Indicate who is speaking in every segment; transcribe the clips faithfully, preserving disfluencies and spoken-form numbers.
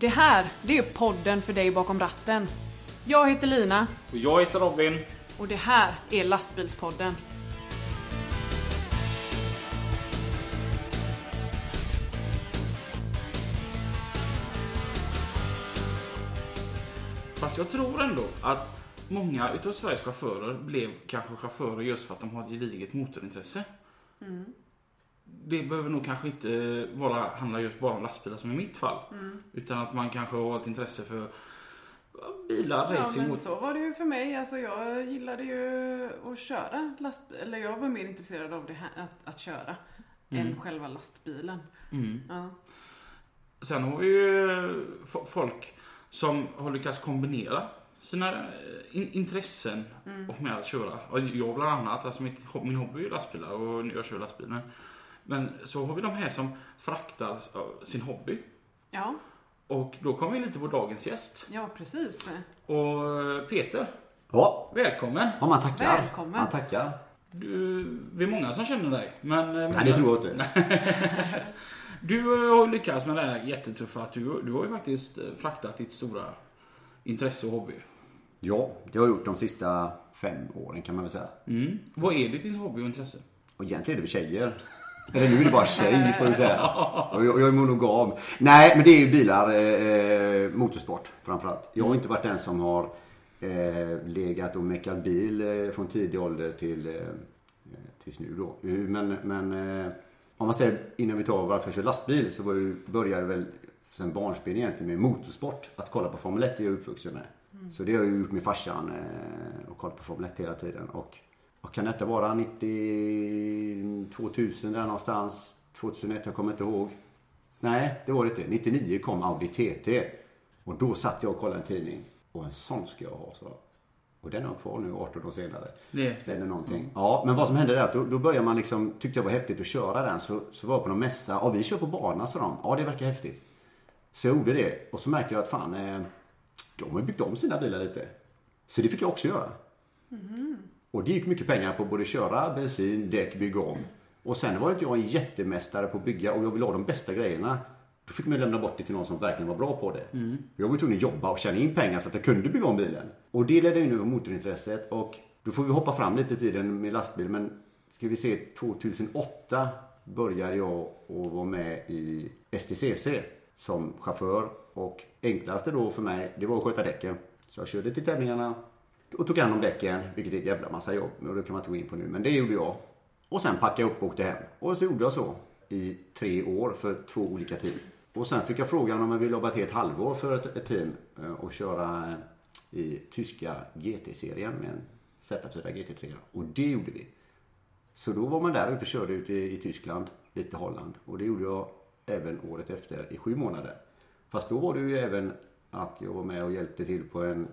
Speaker 1: Det här, det är podden för dig bakom ratten. Jag heter Lina.
Speaker 2: Och jag heter Robin.
Speaker 1: Och det här är Lastbilspodden.
Speaker 2: Fast jag tror ändå att många utav Sveriges chaufförer blev kanske chaufförer just för att de har ett gediget motorintresse. Mm. Det behöver nog kanske inte vara, handla just bara om lastbilar som i mitt fall. Mm. Utan att man kanske har ett intresse för bilar,
Speaker 1: ja,
Speaker 2: racing.
Speaker 1: Men så var det ju för mig. Alltså, jag gillade ju att köra lastbil. Eller jag var mer intresserad av det här, att, att köra mm. än själva lastbilen. Mm. Ja.
Speaker 2: Sen har vi ju folk som har lyckats kombinera sina intressen mm. och med att köra. Och jag bland annat, alltså mitt, min hobby är ju lastbilar och jag kör lastbilar. Men så har vi de här som fraktar sin hobby. Ja. Och då kommer vi lite på dagens gäst.
Speaker 1: Ja, precis.
Speaker 2: Och Peter.
Speaker 3: Ja.
Speaker 2: Välkommen.
Speaker 3: Ja, man tackar.
Speaker 1: Välkommen.
Speaker 3: Man tackar.
Speaker 2: Du, vi är många som känner dig. Men
Speaker 3: Nej,
Speaker 2: många...
Speaker 3: det tror jag inte.
Speaker 2: Du har lyckats med det här jättetuffa att du, du har ju faktiskt fraktat ditt stora intresse och hobby. Ja,
Speaker 3: det har jag gjort de sista fem åren kan man väl säga.
Speaker 2: Mm. Vad är ditt hobby och intresse?
Speaker 3: Och egentligen är det tjejer. Eller nu är det bara tjej får vi säga. Och jag, jag är monogam. Nej, men det är ju bilar, eh, motorsport framförallt. Jag har inte varit den som har eh, legat och meckat bil eh, från tidig ålder till, eh, tills nu då. Men, men eh, om man säger innan vi tar varför jag kör lastbil så var ju, började väl sen barnsben egentligen med motorsport. Att kolla på Formel ett är jag uppvuxen med. Mm. Så det har jag gjort med farsan eh, och kollat på Formel ett hela tiden. Och Och kan detta vara nittio tvåtusen där någonstans? tvåtusenett, jag kommer inte ihåg. Nej, det var det inte. nittionio kom Audi T T. Och då satt jag och kollade en tidning. Och en sån ska jag ha, så. Och den har jag kvar nu arton år senare.
Speaker 2: Det är
Speaker 3: den är någonting. Mm. Ja, men vad som hände är att då, då började man liksom, tyckte jag var häftigt att köra den. Så, så var jag på någon mässa. Ja, vi kör på bana, så de. Ja, det verkar häftigt. Så jag gjorde det. Och så märkte jag att fan, eh, de har byggt om sina bilar lite. Så det fick jag också göra. Mm. Och det gick mycket pengar på både köra, bensin, däck, bygga om. Och sen var inte jag en jättemästare på att bygga och jag ville ha de bästa grejerna. Då fick man lämna bort det till någon som verkligen var bra på det. Mm. Jag var tvungen att jobba och tjäna in pengar så att jag kunde bygga om bilen. Och det ledde ju nu motorintresset. Och då får vi hoppa fram lite i tiden med lastbil. Men ska vi se, tjugohundraåtta började jag att vara med i S T C C som chaufför. Och enklaste då för mig, det var att sköta däcken. Så jag körde till tävlingarna. Och tog hand om däcken, vilket är ett jävla massa jobb. Och det kan man inte gå in på nu. Men det gjorde jag. Och sen packade jag upp och åkte hem. Och så gjorde jag så i tre år för två olika team. Och sen fick jag frågan om jag ville jobba till ett halvår för ett, ett team. Och köra i tyska G T-serien med en Z fyra G T tre. Och det gjorde vi. Så då var man där ute och körde ut i, i Tyskland, lite Holland. Och det gjorde jag även året efter i sju månader. Fast då var det ju även att jag var med och hjälpte till på en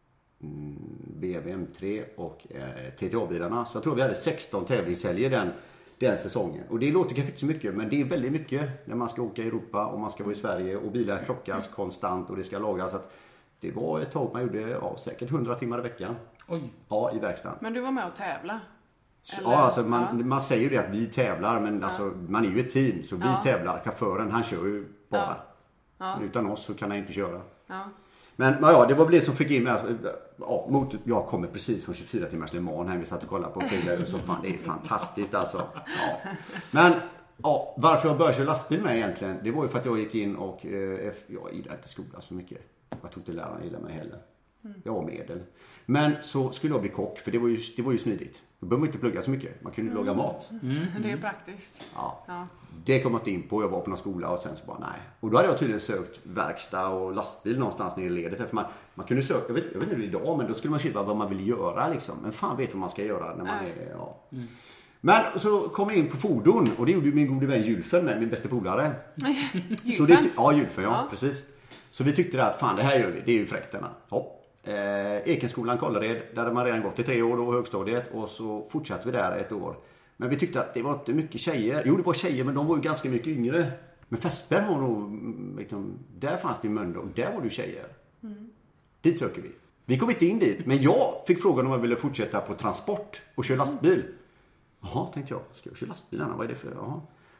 Speaker 3: B M W M tre och eh, T T A-bilarna. Så jag tror vi hade sexton tävlingshelger den, den säsongen. Och det låter kanske inte så mycket, men det är väldigt mycket när man ska åka i Europa och man ska vara i Sverige och bilar klockas konstant och det ska lagas. Så att det var ett tag man gjorde ja, säkert hundra timmar i veckan.
Speaker 2: Oj.
Speaker 3: Ja, i verkstaden.
Speaker 1: Men du var med och tävla?
Speaker 3: Så, ja, alltså man, ja. man säger ju det att vi tävlar, men ja. alltså, man är ju ett team. Så vi ja. tävlar, chauffören han kör ju bara. Ja. Ja. Men utan oss så kan han inte köra. Ja. Men ja, det var väl det som fick in mig. Ja, mot, jag kommer precis från tjugofyra timmars Le Mans här. Vi satt och kollade på filmer och så. Fan, det är fantastiskt alltså. Ja. Men ja, varför jag började köra lastbil med egentligen, det var ju för att jag gick in och eh, jag gillar inte skolan så mycket. Jag tror inte lärarna gillar mig heller. Jag var medel. Men så skulle jag bli kock, för det var ju, det var ju smidigt. Då behöver man inte plugga så mycket. Man kunde mm. laga mat.
Speaker 1: Mm. Det är praktiskt.
Speaker 3: Ja. ja. Det kom jag inte in på. Jag var på någon skola och sen så bara nej. Och då hade jag tydligen sökt verkstad och lastbil någonstans nere i ledet. För man, man kunde söka, jag vet, jag vet inte idag, men då skulle man skriva vad man vill göra liksom. Men fan vet vad man ska göra när man äh. är, ja. Mm. Men så kom jag in på fordon och det gjorde min gode vän Julfen med, min bästa polare.
Speaker 1: Julfen?
Speaker 3: Ja, Julfen, ja, ja, precis. Så vi tyckte att fan, det här gör vi, det är ju fräkterna. Ja. Eh, Ekenskolan Kållered, där hade man redan gått i tre år då, högstadiet, och så fortsatte vi där ett år. Men vi tyckte att det var inte mycket tjejer. Jo, det var tjejer, men de var ju ganska mycket yngre. Men Fässberg har nog, liksom, där fanns det i Mölndal och där var det ju tjejer. Mm. Dit söker vi. Vi kom inte in dit, men jag fick frågan om jag ville fortsätta på transport och köra lastbil. Jaha, tänkte jag, ska jag köra lastbilarna? Vad är det för? Jaha.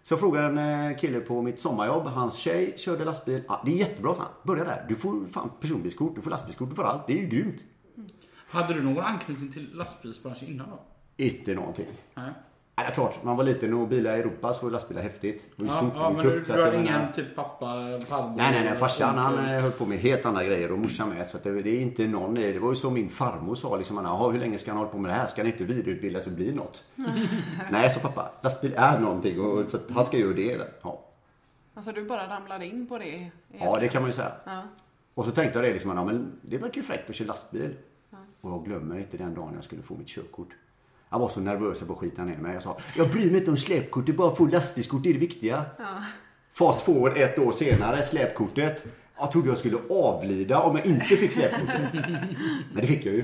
Speaker 3: Så jag frågade en kille på mitt sommarjobb. Hans tjej körde lastbil. Ah, det är jättebra, så han. Börja där. Du får fan personbilskort, du får lastbilskort, du får allt. Det är ju grymt.
Speaker 2: Mm. Hade du någon anknytning till lastbilsbranschen innan då?
Speaker 3: Inte någonting.
Speaker 2: Nej.
Speaker 3: Ja, det är klart. Man var liten och bilar i Europa så var lastbilar häftigt. Det var
Speaker 2: ja,
Speaker 3: stort
Speaker 2: ja,
Speaker 3: och
Speaker 2: men
Speaker 3: tufft.
Speaker 2: Du, du har ingen menar... typ pappa, farmor?
Speaker 3: Nej, nej, nej. Farsan han höll på med helt andra grejer och morsan med. Så att det, det är inte någon. Det var ju som min farmor sa. Liksom, han, hur länge ska han hålla på med det här? Ska han inte vidareutbilda så bli något? Nej, så pappa. Lastbil är någonting. Och, så att han ska göra det. Ja.
Speaker 1: Alltså du bara ramlade in på det? Egentligen.
Speaker 3: Ja, det kan man ju säga.
Speaker 1: Ja.
Speaker 3: Och så tänkte jag det liksom. Ja, men det verkar ju fräckt att köra lastbil. Ja. Och jag glömmer inte den dagen jag skulle få mitt körkort. Jag var så nervös på att skita ner mig. Jag sa, jag bryr mig inte om släpkort, det är bara att få lastbilskort, det är det viktiga. Ja. Fast forward ett år senare, släpkortet. Jag trodde jag skulle avlida om jag inte fick släpkortet. Men det fick jag ju.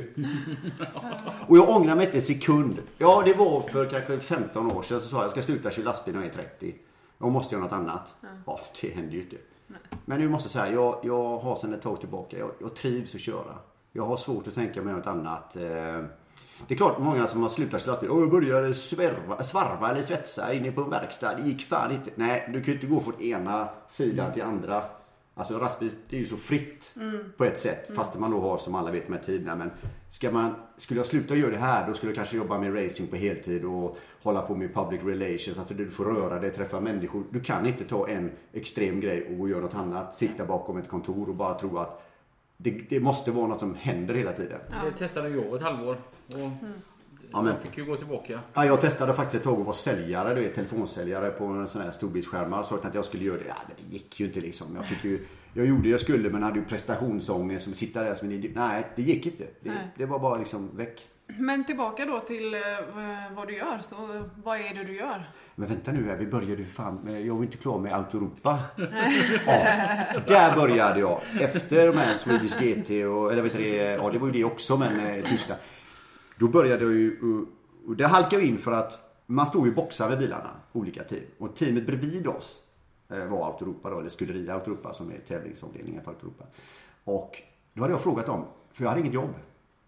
Speaker 3: Och jag ångrar mig inte en sekund. Ja, det var för kanske femton år sedan så sa jag, jag ska sluta köra lastbil när jag är trettio. Jag måste göra något annat. Ja, ja det händer ju inte. Nej. Men nu måste jag säga, jag, jag har sedan ett tag tillbaka, jag, jag trivs att köra. Jag har svårt att tänka mig något annat. Det är klart många som har slutat köra lastbil. Och jag började svärva, svarva eller svetsa inne på en verkstad. Det gick fan inte. Nej, du kan ju inte gå från ena sidan mm. till andra. Alltså lastbil, det är ju så fritt mm. på ett sätt. Mm. Fast man då har, som alla vet, med tiderna. Men ska man, skulle jag sluta göra det här, då skulle jag kanske jobba med racing på heltid och hålla på med public relations. Alltså du får röra dig, träffa människor. Du kan inte ta en extrem grej och gå och göra något annat. Sitta bakom ett kontor och bara tro att det, det måste vara något som händer hela tiden.
Speaker 2: Ja. Det testade jag ett halvår. Och mm. ja, men, jag fick ju gå tillbaka.
Speaker 3: Ja, jag testade faktiskt ett tag att vara säljare, du vet, telefonsäljare på en sån här storbildsskärmar. Så att jag skulle göra det. Ja, det gick ju inte liksom. Jag fick ju, jag gjorde det jag skulle, men hade ju prestationsångest som sitter där som en idiot. Nej, det gick inte. Det, det var bara liksom väck.
Speaker 1: Men tillbaka då till uh, vad du gör. Så vad är det du gör?
Speaker 3: Men vänta nu här, vi började ju fan med, jag var inte klar med Autoropa. Ja, där började jag. Efter de här Swedish G T och, eller vet du, ja det var ju det också, men eh, Tyskland. Då började jag ju, och, och det halkade jag in för att man stod ju boxar med bilarna, olika team. Och teamet bredvid oss eh, var Autoropa då, eller Scuderia Autoropa som är tävlingsavdelningen för Autoropa. Och då hade jag frågat dem, för jag hade inget jobb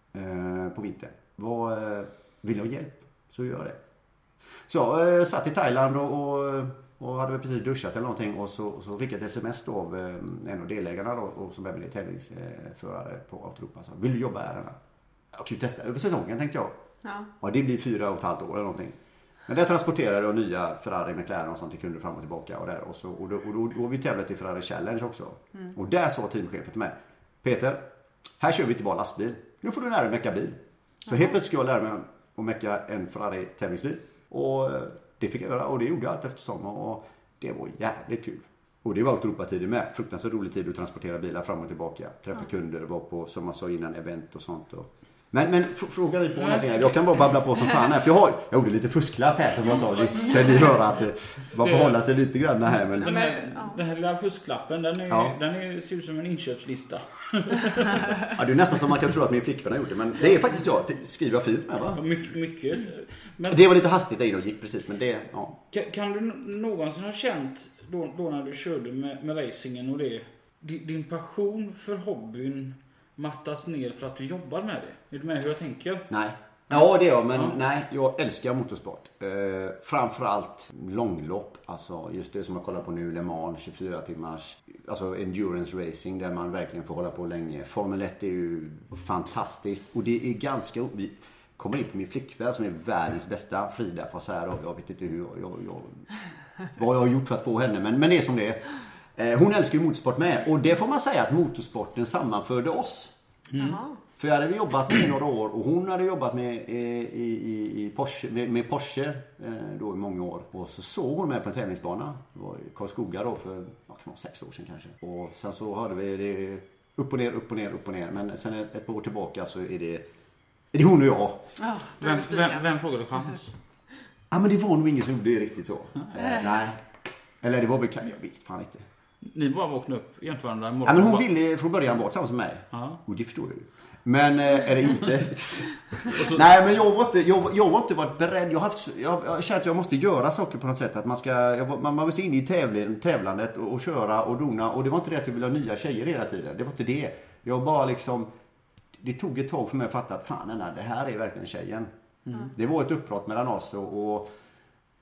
Speaker 3: eh, på vintern. Vad, eh, vill jag ha hjälp? Så gör jag det. Så jag äh, satt i Thailand och, och, och hade precis duschat eller någonting. Och så, och så fick jag ett sms då av äh, en av delägarna då, och som även är tävlingsförare på Autoropa. Så, vill du jobba här? Jag kan ju testa över säsongen, tänkte jag. Ja. Ja, det blir fyra och ett halvt år eller någonting. Men där transporterade jag nya Ferrari med kläder och sånt till kunder fram och tillbaka. Och, där, och, så, och, då, och då, då vi tävlat i Ferrari Challenge också. Mm. Och där sa teamchefen till mig, Peter, här kör vi inte bara lastbil. Nu får du lära dig mecka bil. Så mm. helt plötsligt ska jag lära mig att mecka en Ferrari tävlingsbil. Och det fick jag göra och det gjorde jag allt eftersom och det var jävligt kul. Och det var Autoropa-tiden med. Fruktansvärt rolig tid att transportera bilar fram och tillbaka. Träffa ja. kunder, var på, som man sa innan, event och sånt. Och... Men, men f- fråga dig på mm. någonting här. Jag kan bara babbla på som fan här. För jag, har, jag gjorde lite fusklapp här som jag sa. Det kan ni höra att man får hålla sig lite grann här. Men...
Speaker 2: Den här, den här lilla fusklappen, den, är, ja. den är, ser ut som en inköpslista.
Speaker 3: Ja, det är nästan som man kan tro att min flickvän har gjort det. Men det är faktiskt jag. Skriver fint med, va?
Speaker 2: My- mycket.
Speaker 3: Men... Det var lite hastigt där och gick precis. Men det, ja.
Speaker 2: Kan, kan du någonsin ha känt då, då när du körde med, med racingen och det, din, din passion för hobbyn mattas ner för att du jobbar med det? Är du med hur jag tänker?
Speaker 3: Nej. Ja, det är jag, men ja. nej, jag älskar motorsport. Eh, framförallt långlopp, alltså just det som jag kollar på nu, Le Mans, tjugofyra timmars, alltså endurance racing där man verkligen får hålla på länge. Formel ett är ju fantastiskt och det är ganska, vi kommer in på min flickvän som är världens bästa, Frida, för så här, och jag vet inte hur jag, jag, jag, vad jag har gjort för att få henne, men, men det är som det är. Eh, hon älskar ju motorsport med och det får man säga att motorsporten sammanförde oss. Mm. För jag hade jobbat med några år och hon hade jobbat med, eh, i, i, i Porsche, med, med Porsche eh, då i många år. Och så såg hon med på en tävlingsbana. Det var i Karlskoga då för ja, sex år sedan kanske. Och sen så hade vi det upp och ner, upp och ner, upp och ner. Men sen ett, ett par år tillbaka så är det, är det hon och jag.
Speaker 2: Oh, vem, vem, vem frågade chans?
Speaker 3: Ja, men det var nog ingen som gjorde det riktigt så. Mm. Eh, nej. Eller det var väl, jag vet fan inte.
Speaker 2: Ni bara vaknade upp jämte varandra imorgon.
Speaker 3: Ja, men hon ville från början vara tillsammans med mig. Uh-huh. Och det förstår jag ju. Men eh, är det inte? så... Nej, men jag var inte, jag, jag var inte varit beredd. Jag har haft, jag, jag känner att jag måste göra saker på något sätt. Att man ska, jag, man, man vill se in i tävling, tävlandet och, och köra och dona. Och det var inte det att jag ville ha nya tjejer hela tiden. Det var inte det. Jag bara liksom, det tog ett tag för mig att fatta att fan, nej, det här är verkligen tjejen. Mm. Det var ett uppbrott mellan oss och, och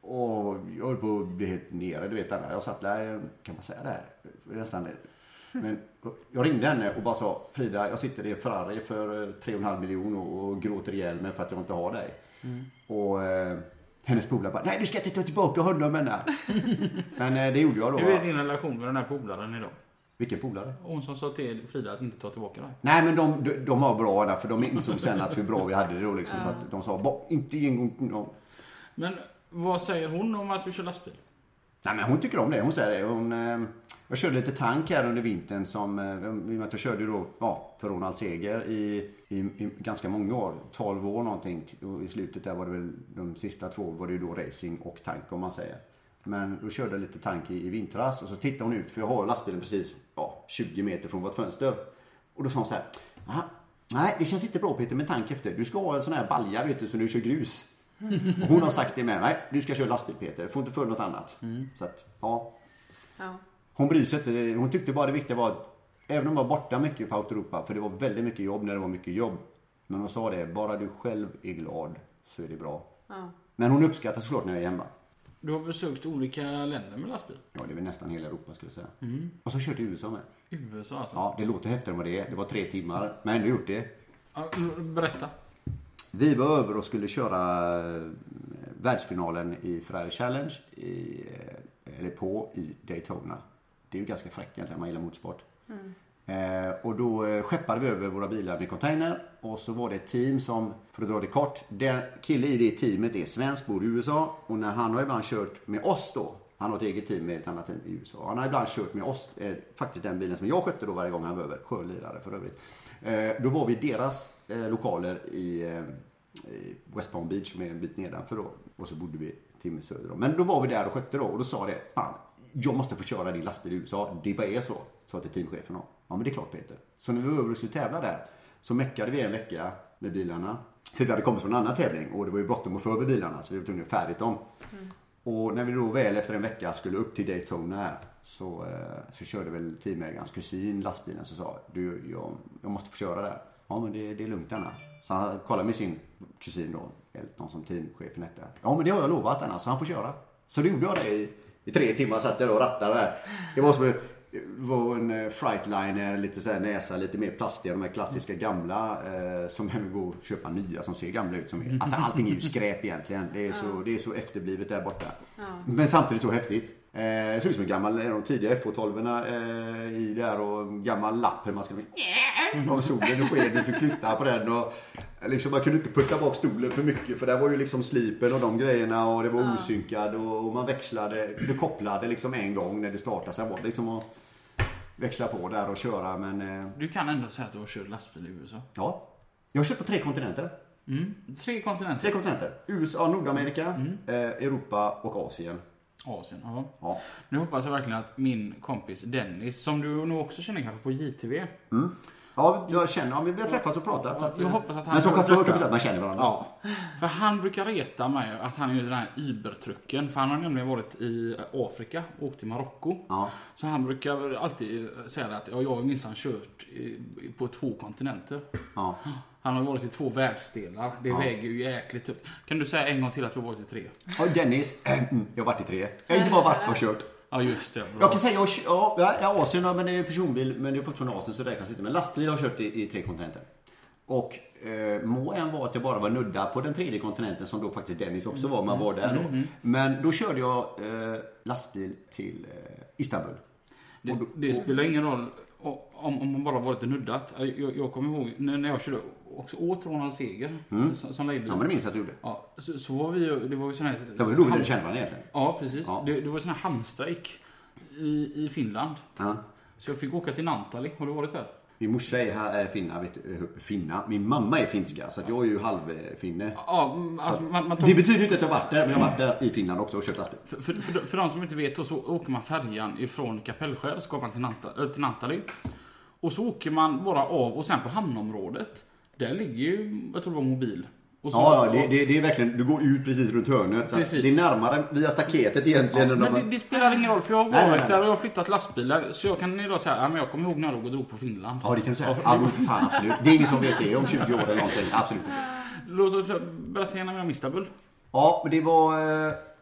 Speaker 3: Och jag höll på att bli helt nere, du vet Anna. Jag satt där, kan man säga det här? Nästan. Men jag ringde henne och bara sa, Frida, jag sitter i en Ferrari för tre och en halv miljon och, och gråter ihjäl mig för att jag inte har dig. Mm. Och eh, hennes polare bara, nej du ska inte ta tillbaka honom ännu. Men eh, det gjorde jag då.
Speaker 2: Hur är din relation med den här polaren idag?
Speaker 3: Vilken polare?
Speaker 2: Hon som sa till Frida att inte ta tillbaka dig.
Speaker 3: Nej men de, de, de var bra där, för de insåg sen att hur bra vi hade det då liksom. Så att de sa, bara, inte en gång. No.
Speaker 2: Men vad säger hon om att du kör lastbil?
Speaker 3: Nej men hon tycker om det, hon säger det. Hon, eh, jag körde lite tank här under vintern som, eh, jag körde då, ja, för Ronald Seger i, i, i ganska många år, tolv år någonting. Och i slutet där var det väl, de sista två var det ju då racing och tank om man säger. Men då körde jag lite tank i, i vintras och så tittade hon ut, för jag har lastbilen precis ja, tjugo meter från vårt fönster. Och då sa hon så här, nej det känns inte bra Peter med tank efter, du ska ha en sån här balja vet du, så du kör grus. Och hon har sagt det med mig, du ska köra lastbil Peter, får inte för något annat. Mm. Så att, ja. ja. Hon bryr sig inte, hon tyckte bara det viktiga var att, även om hon var borta mycket på Autoropa, för det var väldigt mycket jobb när det var mycket jobb. Men hon sa det, bara du själv är glad så är det bra. Ja. Men hon uppskattar såklart när jag är hemma.
Speaker 2: Du har besökt olika länder med lastbil?
Speaker 3: Ja, det är väl nästan hela Europa skulle jag säga. Mm. Och så kört i U S A med.
Speaker 2: U S A alltså?
Speaker 3: Ja, det låter häftigare än vad det är. Det var tre timmar, men ändå gjort det.
Speaker 2: Ja, berätta.
Speaker 3: Vi var över och skulle köra världsfinalen i Ferrari Challenge i, eller på i Daytona. Det är ju ganska fräckt egentligen, man gillar motorsport. Mm. Eh, och då skeppade vi över våra bilar med container. Och så var det ett team som, för att dra det kort, den kille i det teamet är svensk, bor i U S A. Och när han har ibland kört med oss då, han har ett eget team med ett annat team i U S A. Han har ibland kört med oss, eh, faktiskt den bilen som jag skötte då varje gång han var över, sjölirare för övrigt. Eh, då var vi i deras eh, lokaler i, eh, i West Palm Beach som är en bit nedanför då. Och så bodde vi en timme söder då. Men då var vi där och skötte då, och då sa det, fan, jag måste få köra din lastbil i U S A. Det bara är så, sa till teamchefen då. Ja men det är klart Peter. Så när vi var över och skulle tävla där, så meckade vi en vecka med bilarna. För vi hade kommit från en annan tävling och det var ju bråttom att få över bilarna, så vi var tvungna färdigt dem. Mm. Och när vi då väl efter en vecka skulle upp till Daytona här, så, eh, så körde väl teamägarens kusin lastbilen, så sa du, jag, jag måste få köra där. Ja men det, det är lugnt Anna. Så han kollade med sin kusin då, någon som teamchefen hette. Ja men det har jag lovat Anna, så han får köra. Så det gjorde jag det i, i tre timmar, satt jag och rattade där. Det var som var en Freightliner, lite så här näsa, lite mer plastiga, de här klassiska gamla eh, som hem går att köpa nya som ser gamla ut. Som är, alltså allting är ju skräp egentligen. Det är så, ja. det är så efterblivet där borta. Ja. Men samtidigt så häftigt. Eh, det ser ut som en gammal, de tidiga F H tolv-erna eh, i där och en gammal lapp hur man ska mm. av solen och skeden för flytta på den och liksom man kunde inte putta bak stolen för mycket för där var ju liksom slipen och de grejerna och det var ja. osynkad och, och man växlade, du kopplade liksom en gång när du startade, sen var det liksom att växla på där och köra, men eh...
Speaker 2: du kan ändå säga att du har kört lastbil i U S A.
Speaker 3: Ja, jag har kört på tre kontinenter.
Speaker 2: Mm. Tre kontinenter?
Speaker 3: Tre kontinenter, U S A, Nordamerika, mm. eh, Europa och Asien.
Speaker 2: Asien, ja. ja. Nu hoppas jag verkligen att min kompis Dennis, som du nog också känner kanske på J T V.
Speaker 3: Mm. Ja, jag känner, ja, vi har träffats och pratat. Så att,
Speaker 2: jag hoppas att han...
Speaker 3: Men som chaufför kan man säga att man känner varandra.
Speaker 2: Ja, för han brukar reta mig att han är den här Uber-trucken. För han har nämligen varit i Afrika och åkt till Marocko. Ja. Så han brukar alltid säga att ja, jag har minsann kört på två kontinenter. Ja. Han har varit i två världsdelar. Det ja. väger ju jäkligt upp. Kan du säga en gång till att du har varit i tre?
Speaker 3: Ja, Dennis, jag har varit i tre. Jag har inte bara varit och kört.
Speaker 2: Ja, just det. Bra.
Speaker 3: Jag kan säga, jag, ja, ja, Asien, men det är personbil, men det är fortfarande Asien så räknas inte. Men lastbil har jag kört i, i tre kontinenter. Och eh, må en var att jag bara var nudda på den tredje kontinenten som då faktiskt Dennis också var, man var där då. Mm, mm. Men då körde jag eh, lastbil till eh, Istanbul.
Speaker 2: Det, då, det spelar ingen roll om, om man bara varit nuddat. Jag, jag kommer ihåg när jag körde också åt Ronald Seger mm. som, som ledde.
Speaker 3: Ja, men det minns att du gjorde.
Speaker 2: Ja, så, så var vi ju, det var ju sån här...
Speaker 3: Det var ju då vi kände varandra egentligen.
Speaker 2: Ja, precis. Ja. Det, det var sån här hamnstrejk i, i Finland. Ja. Så jag fick åka till Naantali. Har du varit där?
Speaker 3: Min morsa är här är finna, vet du, finna. Min mamma är finska, så att jag är ju halvfinne.
Speaker 2: Ja, alltså, man, man tog...
Speaker 3: Det betyder inte att jag har varit där, men jag har varit där i Finland också och kört lastbil.
Speaker 2: För, för, för, för de som inte vet då, så åker man färjan ifrån Kapellskär, så kommer man till, Nanta, till Naantali. Och så åker man bara av och sen på hamnområdet. Där ligger ju, jag tror det var mobil. Och så,
Speaker 3: ja, ja det, det, det är verkligen, du går ut precis runt hörnet. Så det är närmare via staketet egentligen.
Speaker 2: Ja, men de... det, det spelar ingen roll, för jag har varit nej, nej, nej. där och jag har flyttat lastbilar. Så jag kan idag säga, ja, men jag kommer ihåg när jag låg och drog på Finland.
Speaker 3: Ja, det kan du säga. Ja, men för fan, absolut. Det är ingen som vet det om tjugo år eller någonting. Absolut inte.
Speaker 2: Låt oss berätta gärna om Istanbul.
Speaker 3: Ja, men det var...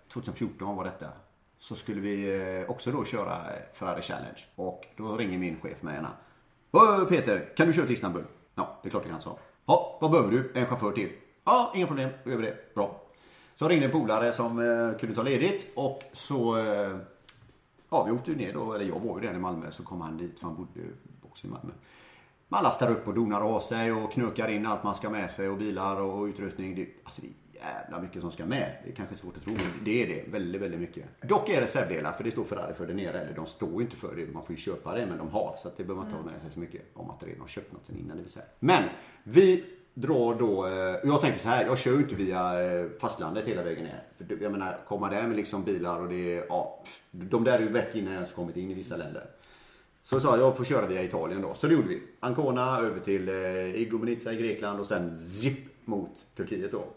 Speaker 3: tjugohundrafjorton var detta. Så skulle vi också då köra Ferrari Challenge. Och då ringer min chef med ena. Åh Peter, kan du köra till Istanbul? Ja, det är klart jag kan, så. Ja, vad behöver du? En chaufför till? Ja, inga problem, vi gör det. Bra. Så ringde en polare som eh, kunde ta ledigt. Och så, eh, ja vi åkte ner då, eller jag var ju redan i Malmö. Så kom han dit, för han bodde också i Malmö. Man lastar upp och donar av sig och knökar in allt man ska med sig. Och bilar och utrustning. Det, alltså det är jävla mycket som ska med. Det är kanske svårt att tro, men det är det. Väldigt, väldigt mycket. Dock är det reservdelar, för det står Ferrari för det nere. Eller de står inte för det, man får ju köpa det, men de har. Så att det behöver man inte ha med sig så mycket om att det redan har köpt något sen innan, det vill säga. Men vi drar då, jag tänker så här, jag kör ju inte via fastlandet hela vägen ner. För jag menar, komma där med liksom bilar och det, ja, de där är ju väck innan jag ens kommit in i vissa länder. Så sa jag, jag får köra via Italien då. Så det gjorde vi. Ancona över till eh, Igoumenitsa i Grekland och sen zip mot Turkiet då.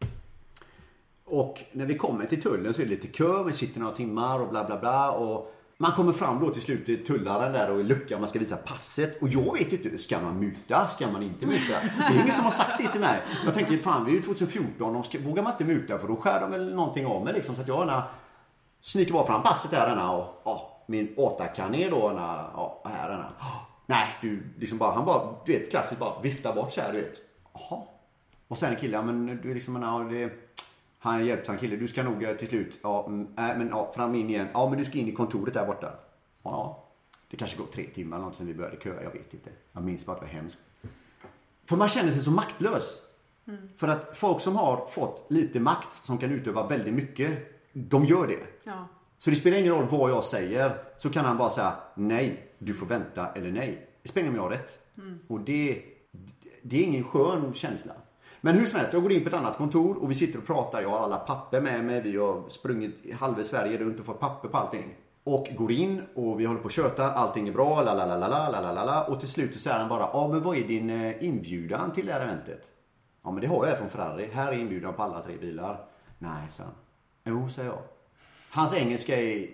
Speaker 3: Och när vi kommer till tullen så är det lite kö, vi sitter några timmar och bla bla bla. Och man kommer fram då till slut till tullaren där och i luckan, man ska visa passet. Och jag vet inte, ska man muta, ska man inte muta? Det är ingen som har sagt det till mig. Jag tänker, fan vi är ju tjugohundrafjorton, de ska, vågar man inte muta för då skär de väl någonting av mig liksom. Så att jag gärna sniker bara fram passet där denna och ja. Min återkanner då, när, ja, här är den. Nej, du, liksom bara, han bara, du vet, klassiskt bara viftar bort så här, du vet. Jaha. Och sen en kille, ja, men du är liksom, ja, det, han är hjälpsam kille, du ska nog till slut, ja, äh, men ja, fram in igen. Ja, men du ska in i kontoret där borta. Ja, det kanske går tre timmar eller något sen vi började köa, jag vet inte. Jag minns bara att det var hemskt. För man känner sig så maktlös. Mm. För att folk som har fått lite makt, som kan utöva väldigt mycket, de gör det.
Speaker 1: Ja.
Speaker 3: Så det spelar ingen roll vad jag säger. Så kan han bara säga nej, du får vänta eller nej. Det spelar ingen roll, jag har rätt. Mm. Och det, det är ingen skön känsla. Men hur som helst, jag går in på ett annat kontor och vi sitter och pratar. Jag har alla papper med mig. Vi har sprungit halva Sverige runt och fått papper på allting. Och går in och vi håller på att köta. Allting är bra, lalalala, lalalala. Och till slut så säger han bara, ja men vad är din inbjudan till det här eventet? Ja men det har jag från Ferrari. Här är inbjudan på alla tre bilar. Nej, så han. Jo, säger jag. Hans engelska är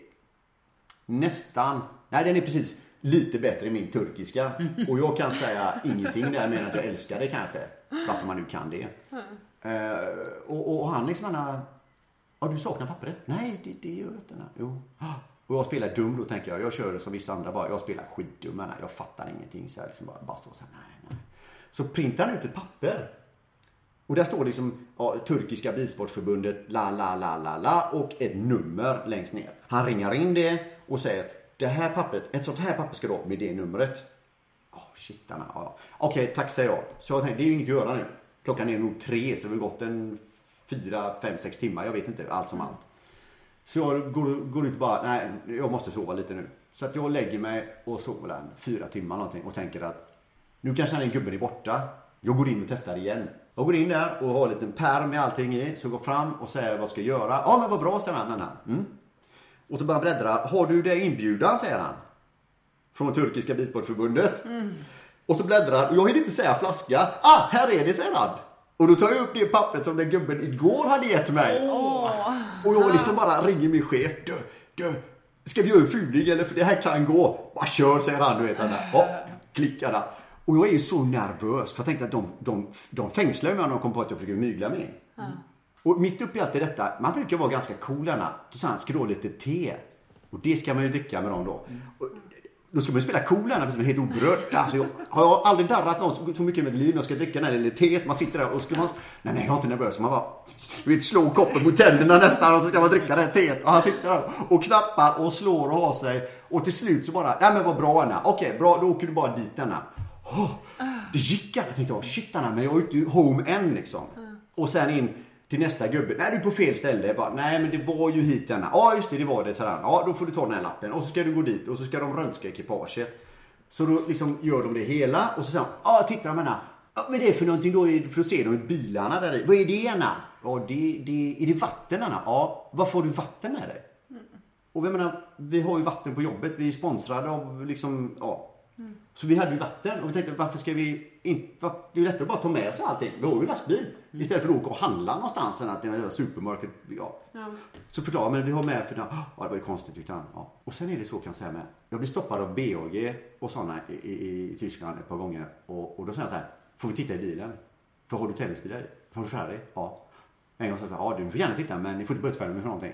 Speaker 3: nästan, nej den är precis lite bättre än min turkiska. Och jag kan säga ingenting där, men att jag älskar det kanske. Varför man nu kan det. Mm. Uh, och, och han liksom, han, ja du saknar pappret? Nej, det, det gör jag inte. Jo. Och jag spelar dum då, tänker jag. Jag kör det som vissa andra bara, jag spelar skitdum. Jag fattar ingenting. Så här, liksom bara, bara står så här, nej, nej. Så printar han ut ett papper. Och där står liksom ja, Turkiska bilsportförbundet la la la la la och ett nummer längst ner. Han ringer in det och säger det här pappret, ett sånt här papper ska du ha med det numret. Åh, oh, shit, ja. Okej, okay, tack säger jag. Så jag tänkte, det är ju inget att göra nu. Klockan är nog tre så det har gått en fyra, fem, sex timmar. Jag vet inte, allt som allt. Så jag går, går ut och bara, nej, jag måste sova lite nu. Så att jag lägger mig och sover där fyra timmar någonting och tänker att nu kanske den gubben är borta. Jag går in och testar igen. Jag går in där och har en liten pärm med allting i. Så går fram och säger vad ska jag göra. Ja men vad bra, säger han. Mm. Och så börjar han bläddra. Har du det inbjudan, säger han. Från Turkiska bilsportförbundet. Mm. Och så bläddrar. Och jag vill inte säga flaska. Ah, här är det, säger han. Och då tar jag upp det pappret som den gubben igår hade gett mig. Oh. Och jag liksom bara ringer min chef. Du, du, ska vi göra en fuling eller för det här kan gå. Bara kör, säger han. Du vet han där. Ja, klickar där. Och jag är ju så nervös. För jag tänkte att de, de, de fängslar mig när de kom på att jag försöker mygla mig. Mm. Och mitt uppe i allt detta. Man brukar vara ganska cool där. Då sa han, ska du ha lite te? Och det ska man ju dricka med dem då. Mm. Och då ska man ju spela cool här. Som är helt oberörd. Alltså, jag har aldrig darrat något så, så mycket med liv. Jag ska dricka den här lilla teet. Man sitter där och ska man... Nej, nej, jag är inte nervös. Man bara... Du vet, slå koppen mot tänderna nästan. Och så ska man dricka det här teet. Och han sitter där och knappar och slår och har sig. Och till slut så bara... Nej, men vad bra, Anna. Okej, bra. Då åker du bara dit, Anna. Oh, det gick jag. Jag tänkte, oh, shit Anna, men jag är ute home än liksom. Mm. Och sen in till nästa gubbe. Nej, du är på fel ställe. Jag bara, nej, men det var ju hit denna. Ja, just det, det var det. Så här. Ja, då får du ta den här lappen. Och så ska du gå dit. Och så ska de rönska ekipaget. Så då liksom gör de det hela. Och så säger de, ja, tittar de här. Ja, men det är för någonting då. För att se de bilarna där i. Vad är det, Anna? Ja, det, det, är det vatten, Anna? Ja, vad får du vatten med dig? Mm. Och jag menar, vi har ju vatten på jobbet. Vi är sponsrade av liksom, ja. Mm. Så vi hade ju vatten och vi tänkte varför ska vi inte, det är ju lättare att bara ta med sig allting. Vi har ju lastbil mm. istället för att åka och handla någonstans än att det är en supermarket. Ja. Ja. Så förklara, men vi har med för det, ja, det var ju konstigt tyckte han. Ja. Och sen är det så kan jag säga med. Jag blir stoppad av B A G och sådana i, i, i Tyskland ett par gånger och, och då säger jag så här, får vi titta i bilen? För har du tennisbilar i? Har du Ferrari? Ja. En gång så sa jag, ja du får gärna titta men ni får inte bötfärda mig för någonting.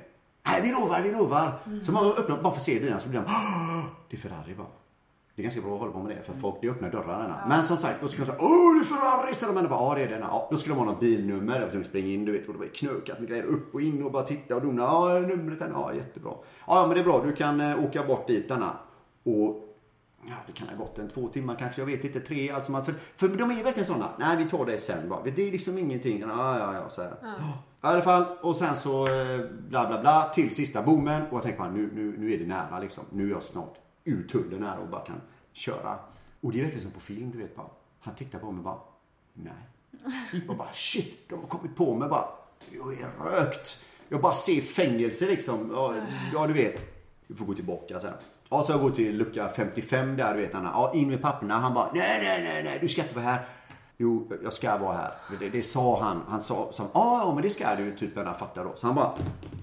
Speaker 3: Nej, vi lovar, vi lovar. Mm. Så man öppnar bara för att se bilen så blir de, det är Ferrari bara. Det är ganska bra att hålla på med det för att folk, det öppnar dörrarna. Ja. Men som sagt, då skulle de säga, åh det är Ferrari, så de ändå bara, ja det är den. Ja, då skulle de ha någon bilnummer och de springa in, du vet, och det var knökat med grejer upp och in och bara titta och dona, ja numret är, ja jättebra. Ja men det är bra, du kan äh, åka bort dit denna. Och ja, det kan ha gått en två timmar kanske, jag vet inte, tre, alltså man, för, för de är verkligen sådana, nej vi tar det sen bara, det är liksom ingenting, ja ja ja så här. Ja. I alla fall, och sen så bla bla bla till sista bommen och jag tänkte bara, nu, nu, nu är det nära liksom, nu är jag snart ur tullen här och bara kan köra. Och det är verkligen som på film, du vet bara. Han tittar på mig bara, nej. Och bara, shit, de har kommit på mig bara. Jag är rökt. Jag bara ser fängelse liksom. Ja, ja du vet. Vi får gå tillbaka sen. Ja, så jag går till lucka femtiofem där, du vet han. Ja, in med papperna. Han bara, nej, nej, nej, nej, du ska inte vara här. Jo, jag ska vara här. Det, det sa han. Han sa, sa ja, ja, men det ska du typ när han fattar då. Så han bara,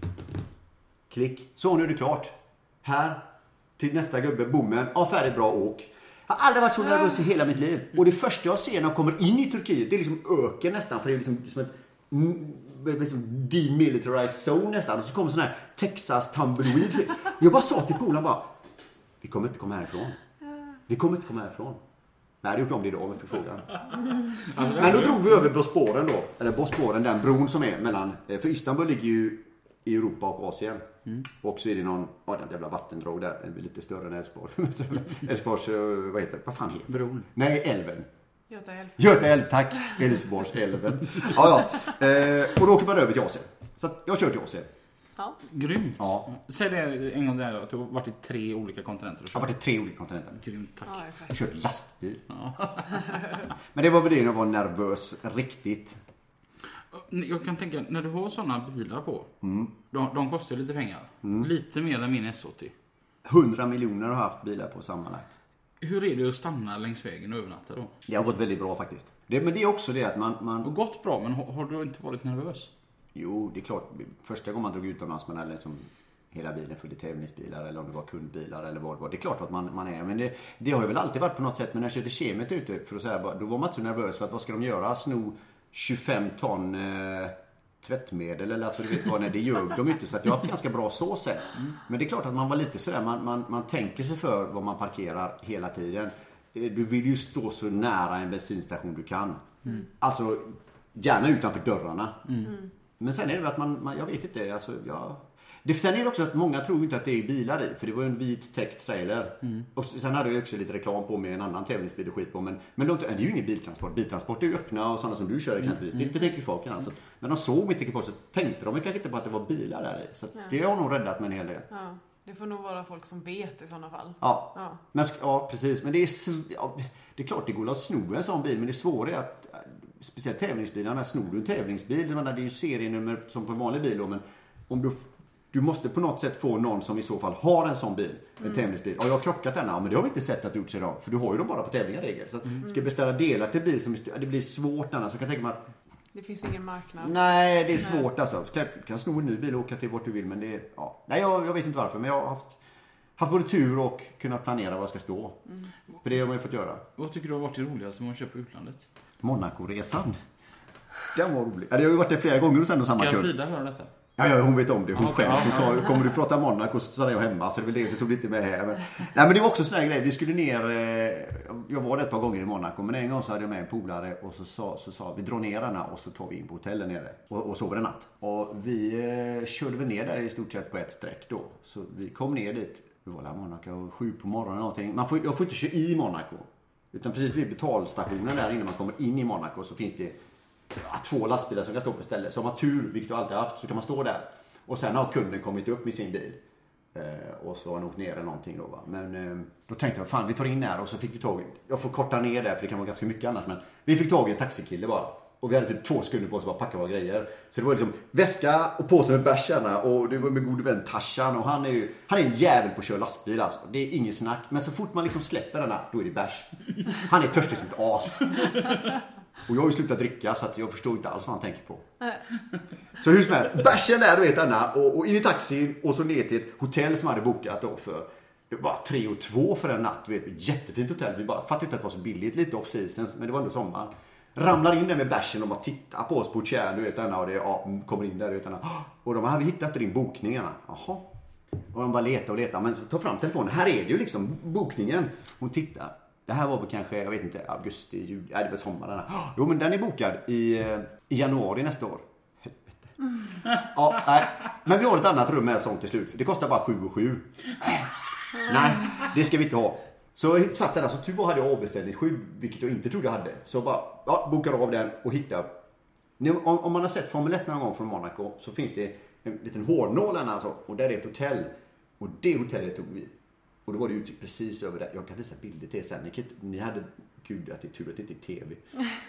Speaker 3: klick. Så nu är det klart. Här. Till nästa gubbe, bommen. Ja, färdigt, bra, åk. Jag har aldrig varit så nervös i hela mitt liv. Och det första jag ser när jag kommer in i Turkiet, det är liksom öken nästan. För det är liksom som ett liksom demilitarized zone nästan. Och så kommer sån här Texas tumbleweed. Jag bara sa till polaren bara, vi kommer inte komma härifrån. Vi kommer inte komma härifrån. Nej, jag hade gjort om det idag med förfrågan. Men då drog vi över Bosporen då. Eller Bosporen, den bron som är mellan, för Istanbul ligger ju i Europa och Asien. Mm. Och så är det någon, ja den jävla vattendrag där, den är lite större än Älvsborg. Älvsborgs, vad heter det? Vad fan heter det?
Speaker 2: Bron.
Speaker 3: Nej, älven.
Speaker 1: Göta älv.
Speaker 3: Göta älv, tack. Älvsborgs älven. Ja, ja. Eh, och då åker man över till Asien. Så att jag kör till Asien.
Speaker 1: Ja.
Speaker 2: Grymt.
Speaker 3: Ja.
Speaker 2: Säg det en gång där att du har varit i tre olika kontinenter.
Speaker 3: Jag har varit i tre olika kontinenter.
Speaker 2: Grymt, tack.
Speaker 1: Ja,
Speaker 3: jag kört lastbil.
Speaker 2: Ja.
Speaker 3: Men det var väl det när jag var nervös, riktigt.
Speaker 2: Jag kan tänka, när du har sådana bilar på, mm. de, de kostar lite pengar.
Speaker 3: Mm.
Speaker 2: Lite mer än min S åttio.
Speaker 3: hundra miljoner har haft bilar på sammanlagt.
Speaker 2: Hur är det att stanna längs vägen och övernatta då? Det
Speaker 3: har gått väldigt bra faktiskt. Det, men det är också det att man... man...
Speaker 2: Det har gått bra, men har, har du inte varit nervös?
Speaker 3: Jo, det är klart. Första gången man drog utomlands, man hade liksom hela bilen full i tävlingsbilar eller om det var kundbilar eller vad det var. Det är klart att man, man är, men det, det har ju väl alltid varit på något sätt. Men när jag körde kemet ute, för att säga, då var man inte så nervös för att vad ska de göra? Sno tjugofem ton eh, tvättmedel eller alltså du vet vad, nej, det gör de inte. Så att jag har haft ganska bra så sätt. Mm. Men det är klart att man var lite sådär, man, man, man tänker sig för vad man parkerar hela tiden. Du vill ju stå så nära en bensinstation du kan. Mm. Alltså, gärna utanför dörrarna. Mm. Men sen är det att man, man jag vet inte, alltså, ja. Det, sen är det också att många tror inte att det är bilar i, för det var en vit täckt trailer. Mm. Och sen hade jag också lite reklam på med en annan tävlingsbil och skit på, men, men de, det är ju ingen biltransport. Biltransport är ju öppna och sådana som du kör exempelvis. Mm. Det, det tänker folk alltså. Mm. När de såg mitt ekipage så tänkte de kanske inte på att det var bilar där i. Så ja. Det har nog räddat mig en hel del.
Speaker 1: Ja. Det får nog vara folk som vet i sådana fall.
Speaker 3: Ja, ja. Men, ja precis. Men det är, ja, det är klart det går att sno en sån bil, men det svåra är att speciellt tävlingsbilar, när snor du en tävlingsbil, det är ju serienummer som på en vanlig bil då, men om du, du måste på något sätt få någon som i så fall har en sån bil, en mm. tävlingsbil. Och jag har krockat denna, men det har vi inte sett att du gjort sig då, för du har ju dem bara på tävlingar regel. Så att mm. ska beställa delar till bil som det blir svårt annars, så kan jag tänka mig att
Speaker 1: det finns ingen marknad.
Speaker 3: Nej, det är svårt alltså. Du kan sno en ny bil och åka till vart du vill, men det är, ja. Nej, jag, jag vet inte varför, men jag har haft haft både tur och kunnat planera vad jag ska stå. Mm. För det har man ju fått göra.
Speaker 2: Vad tycker du har varit det roligaste man köper på utlandet?
Speaker 3: Monaco-resan. Den var rolig. Eller jag har ju varit där flera gånger och sen och samma kund.
Speaker 2: Ska Frida höra detta?
Speaker 3: Ja, ja, hon vet om det. Hon okay, själv. Så sa, kommer du prata Monaco så sa jag hemma. Så det är väl det som blir inte med här. Men, nej, men det var också sån här grej. Vi skulle ner. Eh, jag var där ett par gånger i Monaco. Men en gång så hade jag med en polare. Och så sa, så sa vi drar ner denna och så tar vi in på hotellet nere. Och, och sover en natt. Och vi eh, körde väl ner där i stort sett på ett streck då. Så vi kom ner dit. Vi var där i Monaco sju på morgonen och någonting. Man får, jag får inte köra i Monaco. Utan precis vid betalstationen där innan man kommer in i Monaco så finns det ja, två lastbilar som kan stå på stället. Så om man har tur, vilket du alltid har haft, så kan man stå där. Och sen har kunden kommit upp med sin bil. Eh, och så har han åkt ner eller någonting då va. Men eh, då tänkte jag, fan vi tar in här och så fick vi tag. Jag får korta ner där för det kan vara ganska mycket annars. Men vi fick tag i en taxikille bara. Och vi hade typ två sekunder på oss att bara packa våra grejer. Så det var liksom väska och påse med bärsarna. Och det var med god vän Tarzan. Och han är ju, han är en jävel på att köra lastbil alltså. Det är inget snack. Men så fort man liksom släpper denna, då är det bärs. Han är törstig som ett as. Och jag har ju slutat dricka så att jag förstår inte alls vad han tänker på. Så hur som helst, bärsen där du vet Anna. Och, och in i taxin och så ner till ett hotell som hade bokat då för... Det var tre och två för en natt, du vet, jättefint hotell. Vi bara fattade inte att det var så billigt, lite off season, men det var ändå sommar. Ramlar in där med bärsen och bara tittar på oss på kärn, du vet denna, och det ja, kommer in där, du vet denna. Och de hade hittat din bokningarna. Jaha. Och de bara letar och letar, men ta fram telefonen. Här är det ju liksom bokningen. Hon tittar. Det här var väl kanske, jag vet inte, augusti, juli, ja, det var sommaren. Jo, men den är bokad i, i januari nästa år. Helvete. Mm. Ja, nej. Men vi har ett annat rum med sånt till slut. Det kostar bara sju och sju. Nej, det ska vi inte ha. Så jag satt där, så typ hade jag avbeställningsskydd, vilket jag inte trodde jag hade. Så bara, ja, bokade av den och hittade. Om, om man har sett Formel ett någon gång från Monaco, så finns det en liten hårnål alltså, och där är ett hotell. Och det hotellet tog vi. Och då var det utsikt precis över där. Jag kan visa bilder till er sen. Ni, ni hade, gud att det är tur att det inte är tv.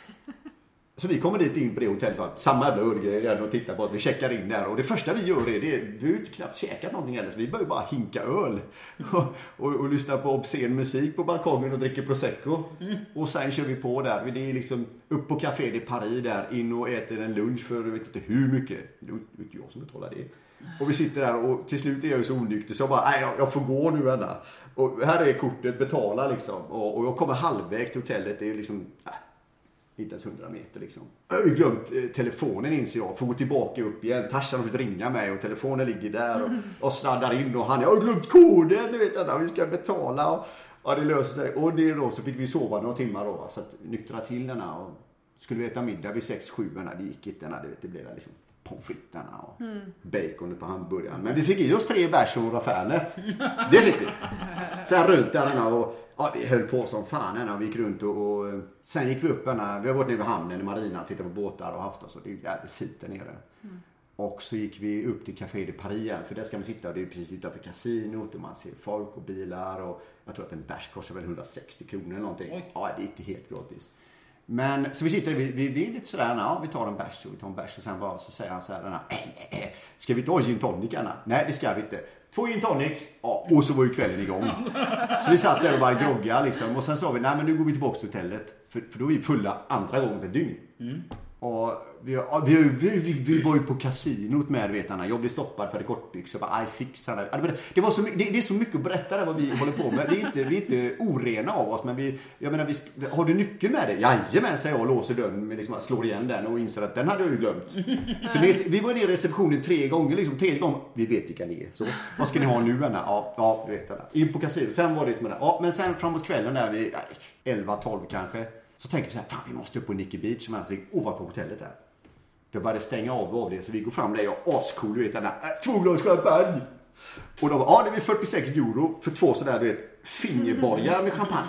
Speaker 3: Så vi kommer dit in på det hotellet. Samma jävla örgrejer och tittar på att vi checkar in där. Och det första vi gör är det. Vi har ju knappt käkat någonting heller. Så vi börjar bara hinka öl. Och, och, och lyssna på obscen musik på balkongen och dricker prosecco. Mm. Och sen kör vi på där. Det är liksom upp på Café de Paris där. In och äter en lunch för jag vet inte hur mycket. Det är inte jag som betalar det. Och vi sitter där och till slut är jag ju så onykter så jag bara, nej jag, jag får gå nu ända. Och här är kortet, betala liksom. Och, och jag kommer halvvägs till hotellet, det är liksom, äh, inte ens hundra meter liksom. Jag har ju glömt eh, telefonen inser jag, får gå tillbaka upp igen. Tarzan har fått ringa mig och telefonen ligger där och, och sladdar in och han, jag har glömt koden, du vet ända, vi ska betala. Och, ja, det löser sig. Och det då så fick vi sova några timmar då, så att nyktra till denna och skulle vi äta middag vid sex sju, det gick inte, det, vet, det blev där liksom. Pommes fritterna och mm. baconet på hamburgaren. Men vi fick i oss tre bärs och rafärnet. Det fick vi. Sen runt där och ja, vi höll på som fan och vi gick runt och, och sen gick vi upp här. Vi har varit nere vid hamnen i marina och tittat på båtar och haft oss och det är jävligt fint där nere. Mm. Och så gick vi upp till Café de Paris för där ska man sitta och det är precis utanför kasinot och man ser folk och bilar och jag tror att en bärs kostar väl hundrasextio kronor eller någonting. Oj. Ja, det är inte helt gratis. Men så vi sitter vi, vi, vi är lite sådär, ja, vi tar en bärs och vi tar en bärs och sen bara så säger han så här, äh, äh, äh, ska vi ta gin tonic Anna? Nej, det ska vi inte. Två gin tonic, ja, och så var ju kvällen igång. Så vi satt där och bara grogga liksom och sen sa vi, nej men nu går vi tillbaka till hotellet för, för då är vi fulla andra gången på ett dygn. Mm. Och vi, vi, vi, vi, vi var ju på kasinot med vetarna. Jag blev stoppad för det kortbyxor. Jag bara, aj fixar det. Det, var så, det, det är så mycket att berätta där vad vi håller på med. Vi är inte, vi är inte orena av oss. Men vi, jag menar, vi, har du nyckeln med det? Jajamän, säger jag och låser dörren. Men liksom slår igen den och inser att den hade jag ju glömt. Så vi, vi var nere i receptionen tre gånger. Liksom tredje gången. Vi vet vilka ni är. Så vad ska ni ha nu? Anna? Ja, ja, vi vet det. In på kasinot. Sen var det som det. Ja, men sen framåt kvällen där vi elva tolv kanske. Så tänkte jag så här, fan vi måste upp på Nicky Beach som alltså ovanpå hotellet där. Då började stänga av av det så vi går fram där och ascool, du vet den där, två glas champagne. Och då var, ja det är fyrtiosex euro för två sådär, du vet, fingerborgar med champagne.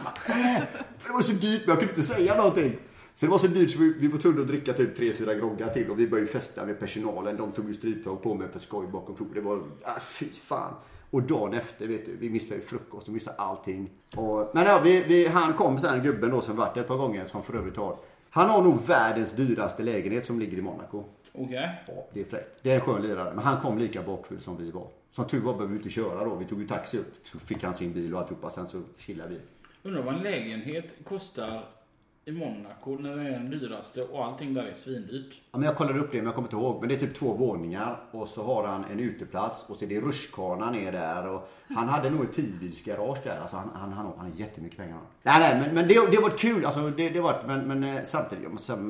Speaker 3: Det var så dyrt men jag kunde inte säga någonting. Så det var så dyrt så vi, vi var tvungna att dricka typ tre fyra groggar till och vi började festa med personalen. De tog ju stryptag på mig för skoj bakom flod. Det var, ah, fy fan. Och dagen efter, vet du, vi missade ju frukost och missade allting. Och, men ja, vi, vi, han kom sen, gubben då som varit ett par gånger som för övrigt har. Han har nog världens dyraste lägenhet som ligger i Monaco.
Speaker 2: Okej. Okay.
Speaker 3: Ja, det är fräckt. Det är en skön lirare, men han kom lika bakfull som vi var. Som tur var behövde vi inte köra då. Vi tog ju taxi upp, så fick han sin bil och alltihopa, sen så chillade vi.
Speaker 2: Undrar vad en lägenhet kostar i Monaco när det är den dyraste och allting där är svindyrt.
Speaker 3: Ja, men jag kollade upp det men jag kommer inte ihåg. Men det är typ två våningar och så har han en uteplats och så är det rutschkana ner där och han hade nog ett tiobilsgarage där. Alltså han, han, han, han har jättemycket pengar. Nej, nej, men, men det, det var kul. Alltså det, det var, men, men samtidigt, jag måste säga,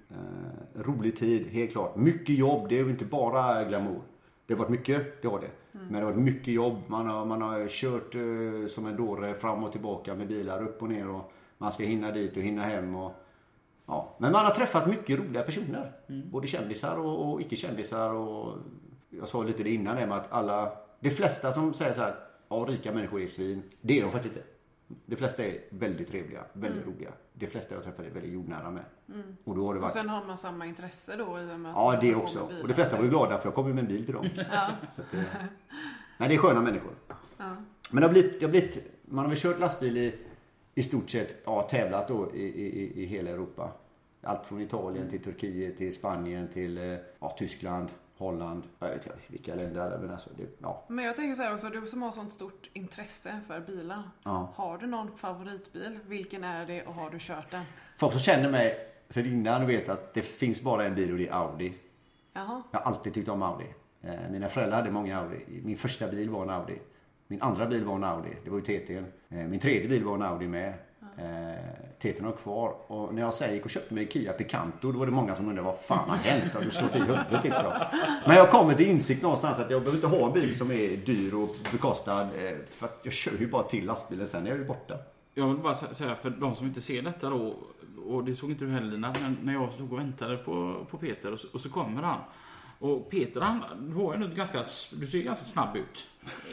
Speaker 3: äh, rolig tid, helt klart. Mycket jobb, det är ju inte bara glamour. Det har varit mycket, det har det. Mm. Men det har varit mycket jobb. Man har, man har kört uh, som en dåre fram och tillbaka med bilar upp och ner och man ska hinna dit och hinna hem och ja, men man har träffat mycket roliga personer. Mm. Både kändisar och, och icke-kändisar och jag sa lite det innan det med att alla, de flesta som säger så här, ja, rika människor är svin. Det är de faktiskt inte. De flesta är väldigt trevliga, väldigt mm. roliga. De flesta jag träffat är väldigt jordnära med. Mm. Och, då har det varit...
Speaker 1: och sen har man samma intresse då i och med att
Speaker 3: ja, det också. Och de flesta var ju glada för jag kom ju med en bil till dem. Ja. Så att det... Men det är sköna människor. Ja. Men det har blivit, det har blivit, man har väl kört lastbil i i stort sett ja, tävlat då i, i, i hela Europa. Allt från Italien till Turkiet till Spanien till ja, Tyskland, Holland. Jag vet inte vilka länder men alltså det, ja.
Speaker 1: Men jag tänker så här också, du som har sånt stort intresse för bilar. Ja. Har du någon favoritbil? Vilken är det och har du kört den?
Speaker 3: Folk som känner mig så innan vet att det finns bara en bil och det är Audi.
Speaker 1: Jaha.
Speaker 3: Jag har alltid tyckt om Audi. Mina föräldrar hade många Audi. Min första bil var en Audi. Min andra bil var en Audi. Det var ju T T. Min tredje bil var en Audi med. Ja. T T har kvar. Och när jag säger gick och köpte mig Kia Picanto, då var det många som undrade vad fan har hänt? Och du slår till huvudet typ så. Men jag kommer till insikt någonstans att jag behöver inte ha en bil som är dyr och bekostad. För att jag kör ju bara till lastbilen, sen är jag ju borta.
Speaker 2: Jag vill bara säga för de som inte ser detta då, och det såg inte du heller Lina, men när jag stod och väntade på, på Peter och så, och så kommer han. Och Peter, han var ju ganska, du ser ganska snabb ut.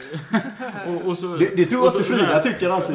Speaker 2: och, och så,
Speaker 3: det, det tror jag att Frida tycker alltid.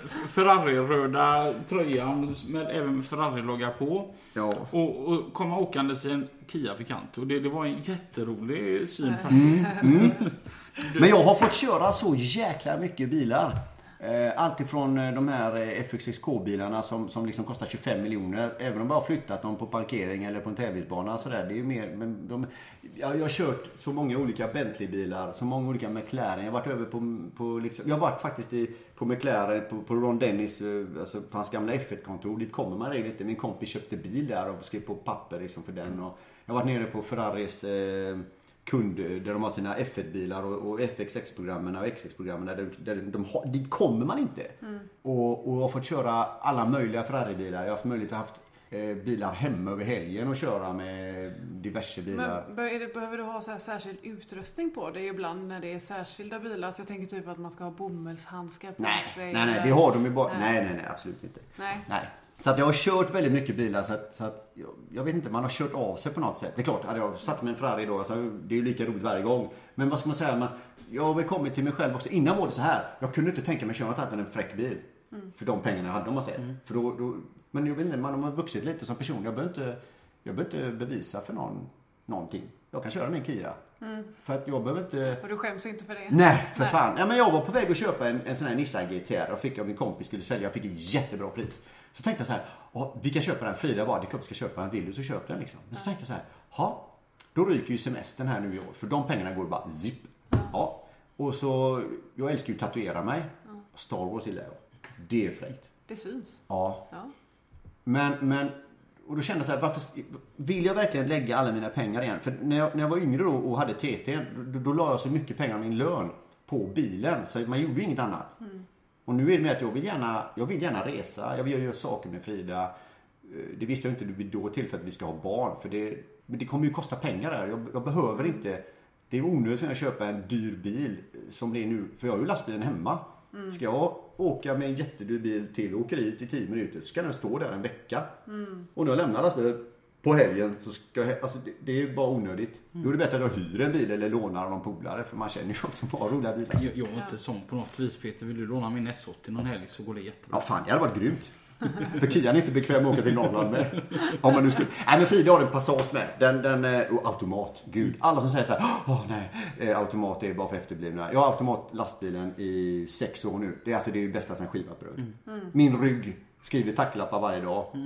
Speaker 2: Ferrari-röda tröjan med även Ferrari-logga på.
Speaker 3: Ja.
Speaker 2: Och, och komma åkandes i en Kia Picanto. Det, det var en jätterolig syn faktiskt.
Speaker 3: Mm, mm. Men jag har fått köra så jäkla mycket bilar. Allt ifrån de här F X X K-bilarna som, som liksom kostar tjugofem miljoner. Även om jag har flyttat dem på parkering eller på en tävlingsbana. Så där, det är ju mer, men de, jag, jag har kört så många olika Bentley-bilar. Så många olika McLaren. Jag har varit över på, på liksom, jag har varit faktiskt i, på McLaren, på, på Ron Dennis, alltså på hans gamla F ett-kontor. Dit kommer man redan inte. Min kompis köpte bil där och skrev på papper liksom för den. Och jag har varit nere på Ferraris... Eh, kund där de har sina F ett-bilar och, och F X X-programmen och X X-programmen där, där de har, dit kommer man inte. Mm. Och, och jag har fått köra alla möjliga Ferrari-bilar. Jag har haft möjlighet att haft eh, bilar hemma över helgen och köra med diverse bilar.
Speaker 1: Men är det, behöver du ha så här särskild utrustning på det ibland när det är särskilda bilar? Så jag tänker typ att man ska ha bomullshandskar på
Speaker 3: nej,
Speaker 1: sig.
Speaker 3: Nej, nej, det har de ju bara. Nej, nej, nej, absolut inte.
Speaker 1: Nej.
Speaker 3: nej. Så att jag har kört väldigt mycket bilar så att, så att jag, jag vet inte, man har kört av sig på något sätt. Det är klart, hade jag satt med en Ferrari då, så det är ju lika roligt varje gång. Men vad ska man säga, man, jag har väl kommit till mig själv också. Innan var det så här, jag kunde inte tänka mig att köra något annat än en fräck bil. Mm. För de pengarna jag hade, om man säger. Mm. För då, då, men jag vet inte, man har vuxit lite som person. Jag behöver inte, jag behöver inte bevisa för någon någonting. Jag kan köra min Kia. Mm. För att jag behöver inte...
Speaker 1: Och du skäms inte för det?
Speaker 3: Nej, för Nej. fan. Ja, men jag var på väg att köpa en, en sån här Nissan G T R och fick av min kompis skulle sälja. Jag fick ett jättebra pris. Så tänkte jag så här, vi kan köpa den. Frida bara, det är klart vi ska köpa den. Vill du så köp den liksom. Men så tänkte jag så här, ja, då ryker ju semestern här nu i år. För de pengarna går bara zip. Ja. Och så, jag älskar ju att tatuera mig. Star Wars gillar jag. Det är fräckt.
Speaker 1: Det syns.
Speaker 3: Ja. ja. Men, men, och då kände jag så här, varför vill jag verkligen lägga alla mina pengar igen? För när jag, när jag var yngre då och hade T T, då, då la jag så mycket pengar av min lön på bilen. Så man gjorde inget annat. Mm. Och nu är det med att jag vill gärna, jag vill gärna resa. Jag vill göra saker med Frida. Det visste jag inte vid då till för att vi ska ha barn. För det, men det kommer ju kosta pengar där. Jag, jag behöver inte. Det är onödigt för mig att köpa en dyr bil som blir nu. För jag har ju lastbilen hemma. Mm. Ska jag åka med en jättedyr bil till och åker hit i tio minuter så ska den stå där en vecka. Mm. Och när jag lämnar lastbilen på helgen så ska jag, alltså det, det är bara onödigt. Mm. Då är det bättre att jag hyr en bil eller lånar av någon polare. För man känner ju folk som har roliga bilar.
Speaker 2: Jag, jag är inte sån på något vis, Peter. Vill du låna min S åttio någon helg så går det jättebra.
Speaker 3: Ja fan, det hade varit grymt. För Kian är inte bekväm att åka till Norrland med. Om man nu skulle... Nej men Frida har en Passat med. Den, den är oh, automat. Gud. Alla som säger så här, åh oh, nej, eh, automat är bara för efterblivna. Jag har automat lastbilen i sex år nu. Det är alltså det är bästa sen skivat bröd. Mm. Mm. Min rygg skriver tacklappar varje dag. Mm.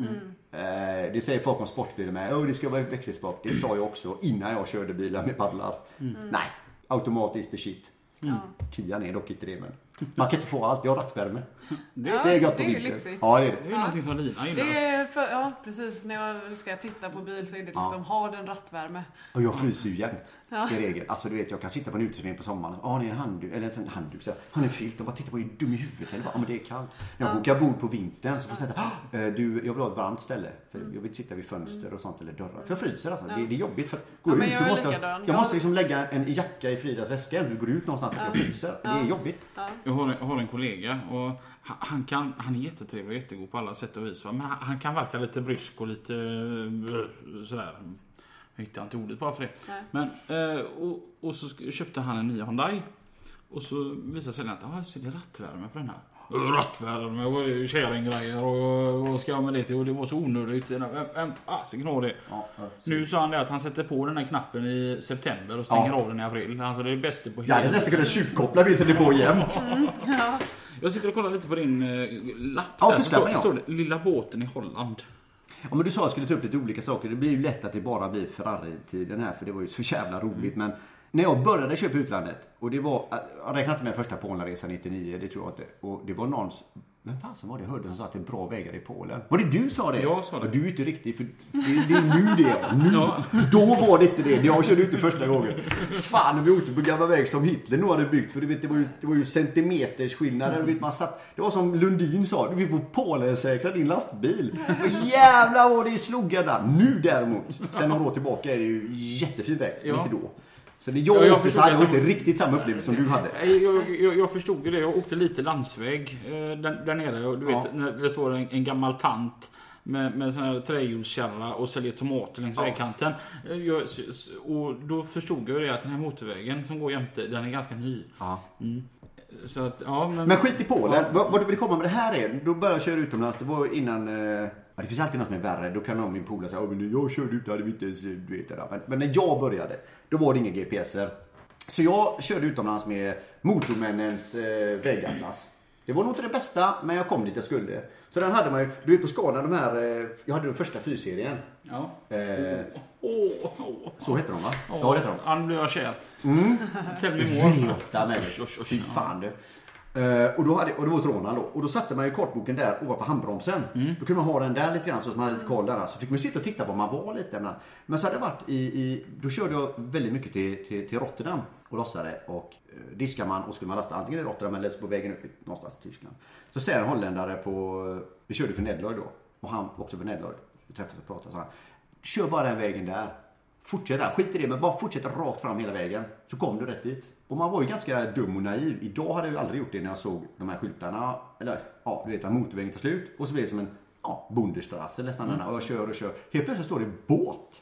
Speaker 3: Eh, det säger folk om sportbilar med. Åh, oh, det ska vara växelsport. Det sa jag också innan jag körde bilar med paddlar. Mm. Nej, automat is the shit. Mm. Kian är dock inte det, men man kan inte få allt. Jag har rattvärme.
Speaker 1: Det, ja, det är gott på vintern.
Speaker 3: Ja, det är det.
Speaker 2: Det är ju ja. någonting som Lina gillar.
Speaker 1: Det är för, ja, precis. När jag ska titta på bil så är det liksom, ja. har den rattvärme.
Speaker 3: Och jag fryser ju jämt. Ja. I regel. Alltså du vet, jag kan sitta på en uteservering på sommaren. Ja, ah, det är en handduk. Eller en handduk. Så har en filt. Och bara titta på, är dum i huvudet? Eller bara, ja, men det är kallt. När jag ja. bokar bord på vintern så får jag säga, du, jag vill ha ett varmt ställe. För jag vill sitta vid fönster och sånt eller dörrar. För jag fryser alltså. Ja. Det, det är jobbigt. För att gå ja, ut så måste jag, jag måste liksom lägga en jacka i Fridas väska. Eller går ut någonstans för att ja. jag fryser. Ja. Det är jobbigt.
Speaker 2: Ja. Jag, har, jag har en kollega och han, kan, han är jättetrevlig och jättegod på alla sätt och vis. Va? Men han, han kan verka lite brysk och lite sådär. Jag hittar inte ordet bara för det. Nej. Men, eh, och, och så köpte han en ny Hyundai. Och så visade sig att ah, så är det rattvärme på den här. Rattvärme och käringgrejer och vad ska jag med det till? Och det var så onödigt. Ah, så gnar det. Ja, ja, nu sa han det att han sätter på den här knappen i september och stänger ja. av den i april. Alltså det är det bästa på hela.
Speaker 3: Ja, det är nästan kunna tjuvkoppla vid så det går jämt.
Speaker 1: Mm, ja.
Speaker 2: Jag sitter och kollar lite på din eh, lapp.
Speaker 3: Ja,
Speaker 2: där står, står det Lilla båten i Holland.
Speaker 3: Ja, men du sa att jag skulle ta upp lite olika saker. Det blir ju lätt att det bara blir Ferrari-tiden här. För det var ju så jävla roligt. Mm. Men När jag började köpa utlandet, och det var, jag räknade inte med första Polenresan nittionio, det tror jag inte. Och det var någon, men fan som var det, jag hörde som sa att det är bra vägar i Polen. Var det du sa det?
Speaker 2: Jag sa det.
Speaker 3: Ja, du är inte riktigt, för det, det är nu det. Nu. Ja. Då var det inte det. Jag körde ute första gången. Fan, vi åkte på gamla väg som Hitler nog hade byggt. För du vet, det var ju, det var ju centimeters skillnader. Du vet, man satt, det var som Lundin sa, du vill på Polensäkra din lastbil. Och jävlar vad det är sloggarna. Nu däremot, sen några år tillbaka är det ju jättefin väg. Ja. Inte då. Så det jag, ja, jag förstod hade inte riktigt samma upplevelse som du hade.
Speaker 2: Jag, jag, jag förstod det. Jag åkte lite landsväg eh, där, där nere. Och du ja. vet, när det står en, en gammal tant med, med sån här trähjulskärra och säljer tomater längs ja. vägkanten. Jag, och då förstod jag det att den här motorvägen som går jämte, den är ganska ny. Ja. Mm. Så att, ja, men,
Speaker 3: men skit i Polen. Ja. Vad, vad du vill komma med det här är, då började jag köra utomlands. Det var innan... Eh, ja, det finns alltid något med värre. Då kan någon min polare säga, men jag körde ut, hade vi inte ens, du vet det. Men, men när jag började, då var det inga G P S-er. Så jag körde utomlands med Motormännens eh, vägatlas. Det var nog inte det bästa, men jag kom dit jag skulle. Så den hade man ju, du vet på skalan, de här, eh, jag hade den första fyrserien. Ja. Eh, oh, oh, oh. Så heter de va?
Speaker 2: Oh,
Speaker 3: ja, det heter de.
Speaker 2: Han blev jag kär.
Speaker 3: Mm. V åtta med. Fy fan du. Uh, och, då hade, och det var Trånan då. Och då satte man ju kartboken där ovanför handbromsen. Mm. Då kunde man ha den där lite grann så att man hade lite koll där. Så fick man sitta och titta på man var lite. Men, men så hade det varit i, i... Då körde jag väldigt mycket till, till, till Rotterdam och lossade. Och uh, diskade man och skulle man lasta antingen i Rotterdam eller på vägen upp någonstans i Tyskland. Så ser en holländare på... Vi körde för Nedlöjd då. Och han också för Nedlöjd. Vi träffades och pratade så här. Kör bara den vägen där. Fortsätt där. Skit i det, men bara fortsätt rakt fram hela vägen. Så kom du rätt dit. Och man var ju ganska dum och naiv. Idag hade jag ju aldrig gjort det när jag såg de här skyltarna. Eller ja, du vet att motorvägen tar slut. Och så blir det som en ja, Bundestrasse nästan. Mm. Och jag kör och kör. Helt plötsligt står det båt.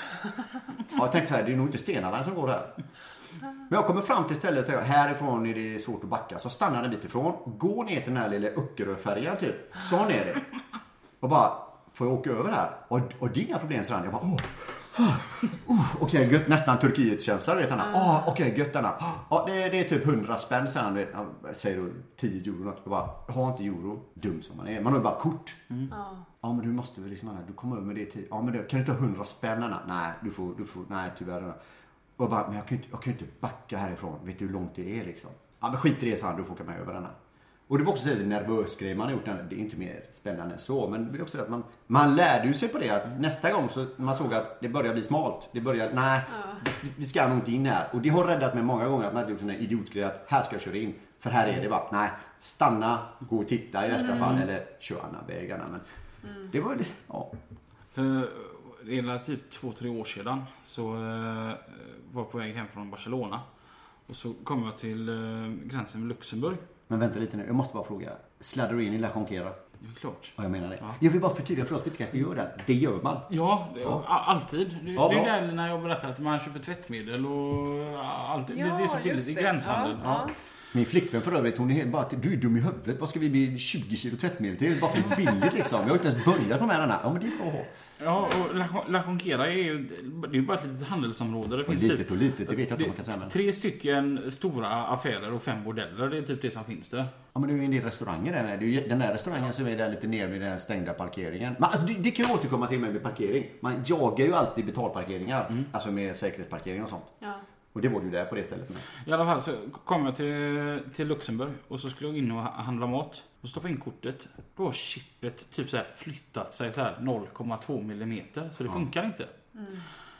Speaker 3: Ja, jag tänkte så här, det är nog inte stenarna som går här. Men jag kommer fram till stället och säger, härifrån är det svårt att backa. Så stannar en bit ifrån. Går ner till den här lilla Öckeröfärjan typ. Så ner det. Och bara, får jag åka över här? Och, och det är inga problem så jag bara, åh. Uh, okej, okay, nästan Turkiet-känsla vet han. Ah, okej, okay, gött denna. Ah, det, det är typ hundra spänn sen vet han säger då tio euro något. Jag bara, har inte euro. Dum som man är. Man har ju bara kort. Mm. Ja, ah, men du måste väl liksom du kommer över med det till. Ja, ah, men du, kan du ta hundra spänn? Nej, du får du får nej tyvärr. Och bara, men jag kan inte jag kan inte backa härifrån. Vet du hur långt det är liksom? Ja, ah, men skit i det så han, du får åka med över denna. Och det var också så lite nervös grej man har gjort. Det är inte mer spännande än så. Men det är också att man, man lärde ju sig på det. Att nästa gång så man såg att det börjar bli smalt. Det börjar, nej, ja. vi, vi ska nog inte in här. Och det har räddat mig många gånger att man har gjort sån här idiotgrej att här ska jag köra in. För här är det bara, nej, stanna, gå och titta i värsta mm. fall. Eller köra andra vägarna. Men mm. det var det, ja.
Speaker 2: För det är typ två, tre år sedan så äh, var jag på väg hem från Barcelona. Och så kom jag till äh, gränsen med Luxemburg.
Speaker 3: Men vänta lite nu, jag måste bara fråga. Sladdar du in i La Jonquera?
Speaker 2: Ja, klart.
Speaker 3: Ja, jag menar det. Ja. Jag vill bara förtydliga för oss, vi kanske gör det. Det gör man.
Speaker 2: Ja, det, ja. alltid. Det, ja, det är där när jag berättar att man köper tvättmedel och alltid. Ja, det, det är så billigt i gränshandeln. Ja, ja.
Speaker 3: Min flickvän för övrigt, hon är helt bara att du är dum i huvudet. Vad ska vi bli tjugo kilo tvättmedel till? Det är bara för billigt liksom. Jag har inte ens börjat med den här. Ja, men det är bra att ha.
Speaker 2: Ja, och La, La Jonquera är ju det är bara ett litet handelsområde. Det finns
Speaker 3: litet
Speaker 2: typ,
Speaker 3: och litet, det vet jag inte man kan säga. Men.
Speaker 2: Tre stycken stora affärer och fem bordeller, det är typ det som finns där.
Speaker 3: Ja, men det är ju en del restauranger där. Det är ju den där restaurangen som är där lite ner vid den stängda parkeringen. Men alltså, det, det kan ju återkomma till med parkering. Man jagar ju alltid betalparkeringar. Mm. Alltså med säkerhetsparkering och sånt. Ja. Och det var ju där på det stället med.
Speaker 2: I alla fall så kom jag till, till Luxemburg och så skulle jag in och handla mat. Och stoppa in kortet. Då har chippet typ så här flyttat sig så här noll komma två millimeter. Så det ja. funkar inte. Mm.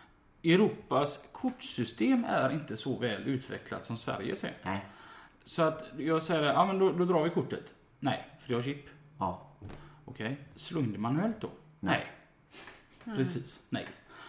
Speaker 2: Europas kortsystem är inte så väl utvecklat som Sverige ser. Nej. Så att jag säger, ja men då, då drar vi kortet. Nej, för jag har chip. Ja. Okej. Okay. Slungde manuellt då? Nej. Nej. Precis, nej.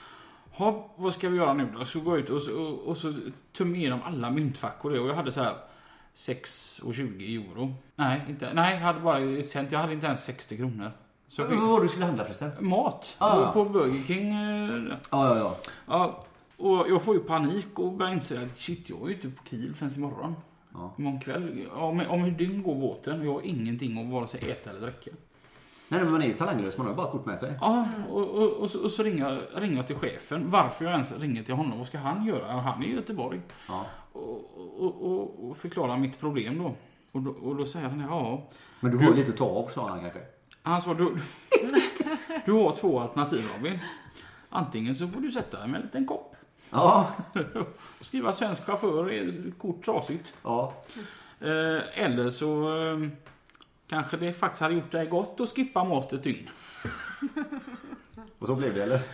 Speaker 2: Ha, vad ska vi göra nu då? Så gå ut och så, och, och så tumma igenom alla myntfack och det. Och jag hade så här sex och tjugo euro. Nej, inte, nej, jag hade bara cent. Jag hade inte ens sextio kronor. Så
Speaker 3: vad var du skulle handla förresten?
Speaker 2: Mat. Ah. På, på Burger King. Ja,
Speaker 3: ja, ja.
Speaker 2: Ja, och jag får ju panik och börjar inse att shit, jag är ute på Kiel förrän imorgon. Ja. Imorgon kväll. Om, om hur dygn går båten och jag har ingenting att vare sig äta eller dricka.
Speaker 3: Nej, men man är ju talanglös, man har bara kort med sig.
Speaker 2: Ja, och, och, och, så, och så ringer, ringer jag till chefen. Varför jag ens ringer till honom, vad ska han göra? Han är i Göteborg. Ja. Och, och, och, och förklarar mitt problem då. Och då, och då säger han, ja.
Speaker 3: Men du har du, lite att ta av, sa han kanske.
Speaker 2: Han sa, du, du har två alternativ, Robin. Antingen så får du sätta dig med en liten kopp.
Speaker 3: Ja.
Speaker 2: Skriva svensk chaufför är kort trasigt.
Speaker 3: Ja.
Speaker 2: Eh, eller så eh, kanske det faktiskt hade gjort dig gott att skippa mat ett dygn.
Speaker 3: Och så blev det, eller?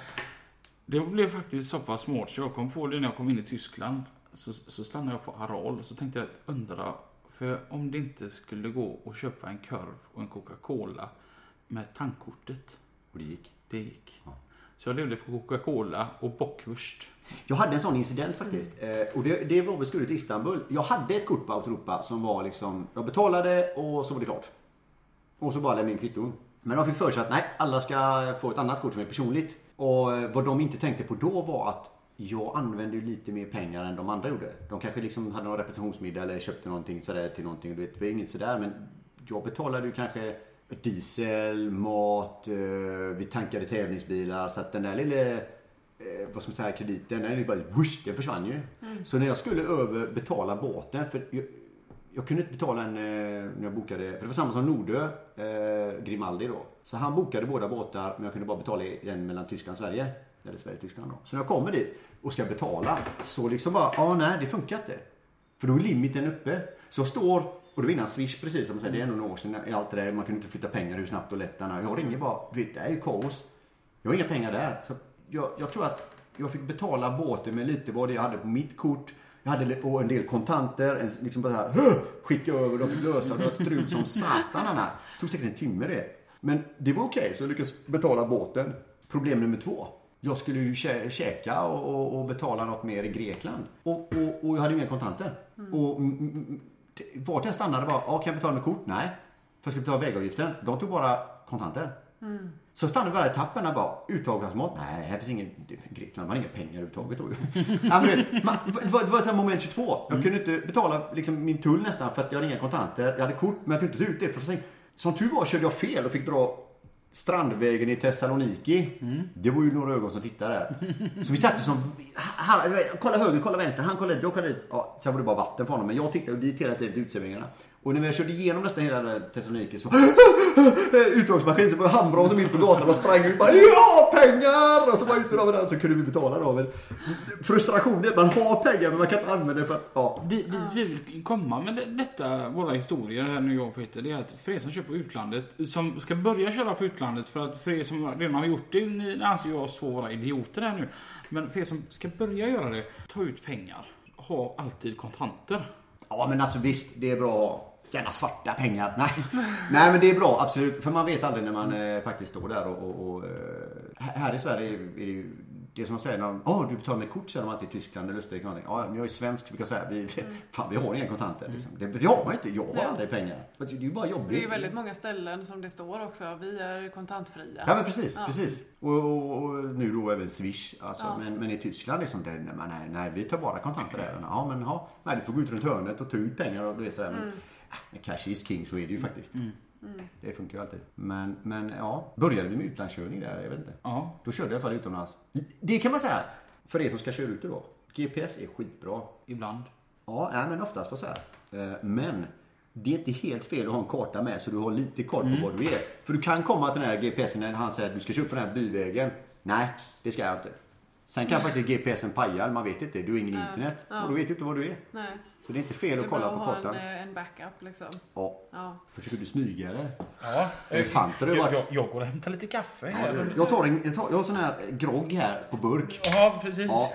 Speaker 2: Det blev faktiskt så pass smart så jag kom på det när jag kom in i Tyskland. Så, så stannade jag på Aral och så tänkte jag att undra, för om det inte skulle gå att köpa en korv och en Coca-Cola med tankkortet.
Speaker 3: Och det gick?
Speaker 2: Det gick. Ja. Så jag levde på Coca-Cola och bockwurst.
Speaker 3: Jag hade en sån incident faktiskt. Mm. Eh, och det, det var väl skulle till Istanbul. Jag hade ett kort på Autoropa som var liksom, jag betalade och så var det klart. Och så bara lämnade in kvitton. Men de fick för sig att nej, alla ska få ett annat kort som är personligt. Och vad de inte tänkte på då var att jag använde ju lite mer pengar än de andra gjorde. De kanske liksom hade någon representationsmiddag eller köpte någonting sådär till någonting. Du vet, det var inget sådär, men jag betalade ju kanske diesel, mat, eh, vi tankade tävlingsbilar. Så att den där lilla, eh, vad ska man säga, krediten, den, bara, whoosh, den försvann ju. Mm. Så när jag skulle över betala båten, för jag, jag kunde inte betala en, eh, när jag bokade, för det var samma som Nordö, eh, Grimaldi då. Så han bokade båda båtar, men jag kunde bara betala den mellan Tyskland och Sverige. Eller Sverige-Tyskland då. Så när jag kommer dit och ska betala, så liksom bara, ja ah, nej det funkar inte. För då är limiten uppe. Så jag står, och då vinner Swish precis som man säger, det är ändå några år sedan i allt det där, man kunde inte flytta pengar hur snabbt och lätt. Jag ringer bara, du vet det är ju kaos. Jag har inga pengar där. Så jag, jag tror att jag fick betala båten med lite vad det jag hade på mitt kort. Jag hade en del kontanter, en, liksom bara så här, skicka över, de fick lösa, det var strul som satan. Det tog säkert en timme det. Men det var okej, okay, så jag lyckades betala båten. Problem nummer två. Jag skulle ju kä- käka och, och, och betala något mer i Grekland. Och, och, och jag hade inga kontanter. Mm. Och m- m- vart jag stannade bara, ja, kan jag betala med kort? Nej. För jag skulle betala vägavgiften. De tog bara kontanter. Mm. Så stannade vi där i tappen och bara, uttagningsmat? Nej, här finns ingen, Grekland, man har inga pengar överhuvudtaget. Ja, men det, man, det var, det var så här moment tjugotvå. Jag mm. kunde inte betala liksom, min tull nästan för att jag hade inga kontanter. Jag hade kort, men jag kunde inte ta ut det. För att, som tur var körde jag fel och fick dra Strandvägen i Thessaloniki. Mm. Det var ju några ögon som tittade där. Så vi satt ju som han, kolla höger, kolla vänster, han kollade, jag kollade. Ja, sen var det bara vatten för honom, men jag tittade dit hela tiden utserveringarna. Och när vi körde igenom nästan hela Thessaloniki så uttågsmaskin så var handbromsen mitt på gatan och sprang ut bara, ja, pengar! Och så var ute av den så kunde vi betala då. Men frustrationen är att man har pengar men man kan inte använda det för att, ja.
Speaker 2: Dit vi vill komma med detta, våra historier här nu jag och Peter, det är att för er som kör på utlandet, som ska börja köra på utlandet, för att för er som redan har gjort det, ni anser ju oss två våra idioter här nu. Men för er som ska börja göra det, ta ut pengar. Ha alltid kontanter.
Speaker 3: Ja, men alltså visst, det är bra. Gärna svarta pengar. Nej. Nej, men det är bra, absolut. För man vet aldrig när man eh, faktiskt står där. Och, och, och, här i Sverige är det ju det som man säger. Åh, oh, du betalar med kort, säger de alltid i Tyskland eller Österrike. Ja, men jag är svensk, vi kan säga. Vi, mm. fan, vi har inga kontanter. Liksom. Det, det har man inte. Jag har Nej. aldrig pengar. Det är ju bara jobbigt.
Speaker 1: Det är ju väldigt många ställen som det står också. Vi är kontantfria.
Speaker 3: Ja, men precis. Ja. precis. Och, och, och nu då även Swish. Alltså, ja. men, men i Tyskland liksom, det, nej, nej, nej, vi tar bara kontanter där. Ja, men ja, nej, du får gå ut runt hörnet och ta ut pengar och det sådär. Men, mm. Men cash is king, så är det ju faktiskt. Mm. Mm. Det funkar ju alltid. Men, men ja, började vi med utlandskörning där, jag vet inte. Ja. Då körde jag för utomlands. Det kan man säga, för er som ska köra ut det då. G P S är skitbra.
Speaker 2: Ibland.
Speaker 3: Ja, nej, men oftast var så här. Men det är inte helt fel att ha en karta med så du har lite koll på mm. vad du är. För du kan komma till den här G P S'en när han säger att du ska köra på den här byvägen. Nej, det ska jag inte. Sen kan faktiskt G P S'en paja, man vet inte. Du har ingen Nej. internet. Ja. Och du vet inte vad du är.
Speaker 1: Nej.
Speaker 3: Så det är inte fel att kolla på kartan.
Speaker 1: Det är bra att ha en, en backup liksom.
Speaker 3: Ja. ja. Försöker du smyga eller?
Speaker 2: Ja.
Speaker 3: Elefanter du
Speaker 2: jag, jag, jag går och hämtar lite kaffe.
Speaker 3: Ja, jag, tar en, jag, tar, jag har sån här grogg här på burk.
Speaker 2: Ja, precis. Ja.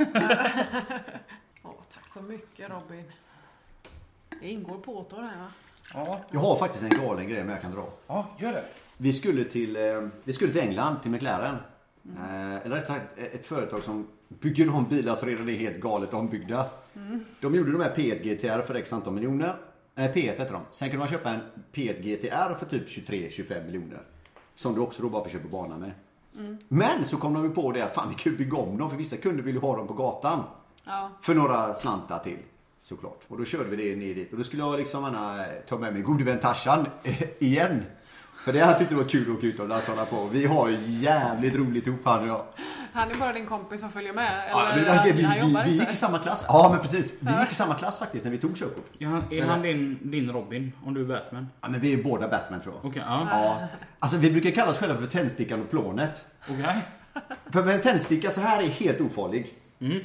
Speaker 1: oh, tack så mycket Robin. Det ingår påtår här va?
Speaker 3: Ja. Jag har faktiskt en galen grej men jag kan dra.
Speaker 2: Ja, gör det.
Speaker 3: Vi skulle till, eh, vi skulle till England, till McLaren. Mm. Eh, eller rätt sagt ett företag som bygger de bilar så redan är helt galet ombyggda. Mm. De gjorde de här P ett G T R för x antal miljoner. Eh, P ett heter de. Sen kunde man köpa en P ett G T R för typ tjugotre till tjugofem miljoner. Som du också då bara får köpa bana med. Mm. Men så kom de ju på det att fan vi kunde bygga om dem. För vissa kunder ville ha dem på gatan. Ja. För några slantar till. Såklart. Och då körde vi det ner dit. Och då skulle jag liksom Anna, ta med mig gode vän Tarzan igen. För det här tyckte det var kul att åka ut och läsa hålla på. Vi har ju jävligt roligt ihop han och jag.
Speaker 1: Han är bara din kompis som följer med?
Speaker 3: Ja,
Speaker 1: eller
Speaker 3: det, vi, vi, vi, vi gick i samma klass. Ja, men precis. Vi gick i samma klass faktiskt när vi tog körkort.
Speaker 2: Ja, är han din, din Robin om du är Batman?
Speaker 3: Ja, men vi är båda Batman tror jag.
Speaker 2: Okej, okay, ja.
Speaker 3: ja. Alltså vi brukar kalla oss själva för tändstickan och plånet.
Speaker 2: Okej. Okay.
Speaker 3: För en tändsticka så här är helt ofarlig.
Speaker 2: Mm.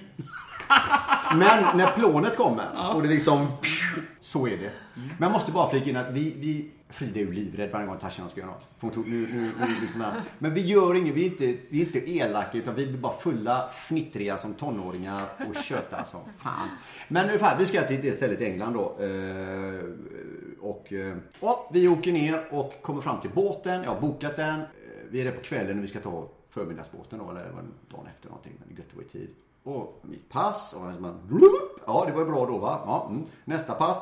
Speaker 3: Men när plånet kommer ja. och det liksom så är det. Mm. Men jag måste bara flika in att vi, vi Frida är ju livrädd varje gång Tarzan ska göra något. Hon tog, nu, nu, nu liksom här. Men vi gör inget, vi är inte, vi är inte elaka utan vi blir bara fulla fnittriga som tonåringar och köta som fan. Men ungefär, vi ska till det stället i England då. Eh, och, och vi åker ner och kommer fram till båten. Jag har bokat den. Vi är där på kvällen när vi ska ta förmiddagsbåten då, eller dagen efter någonting. Men det är gött att vara i tid. Och mitt pass. Och man, ja, det var bra då va? Ja, mm. Nästa pass.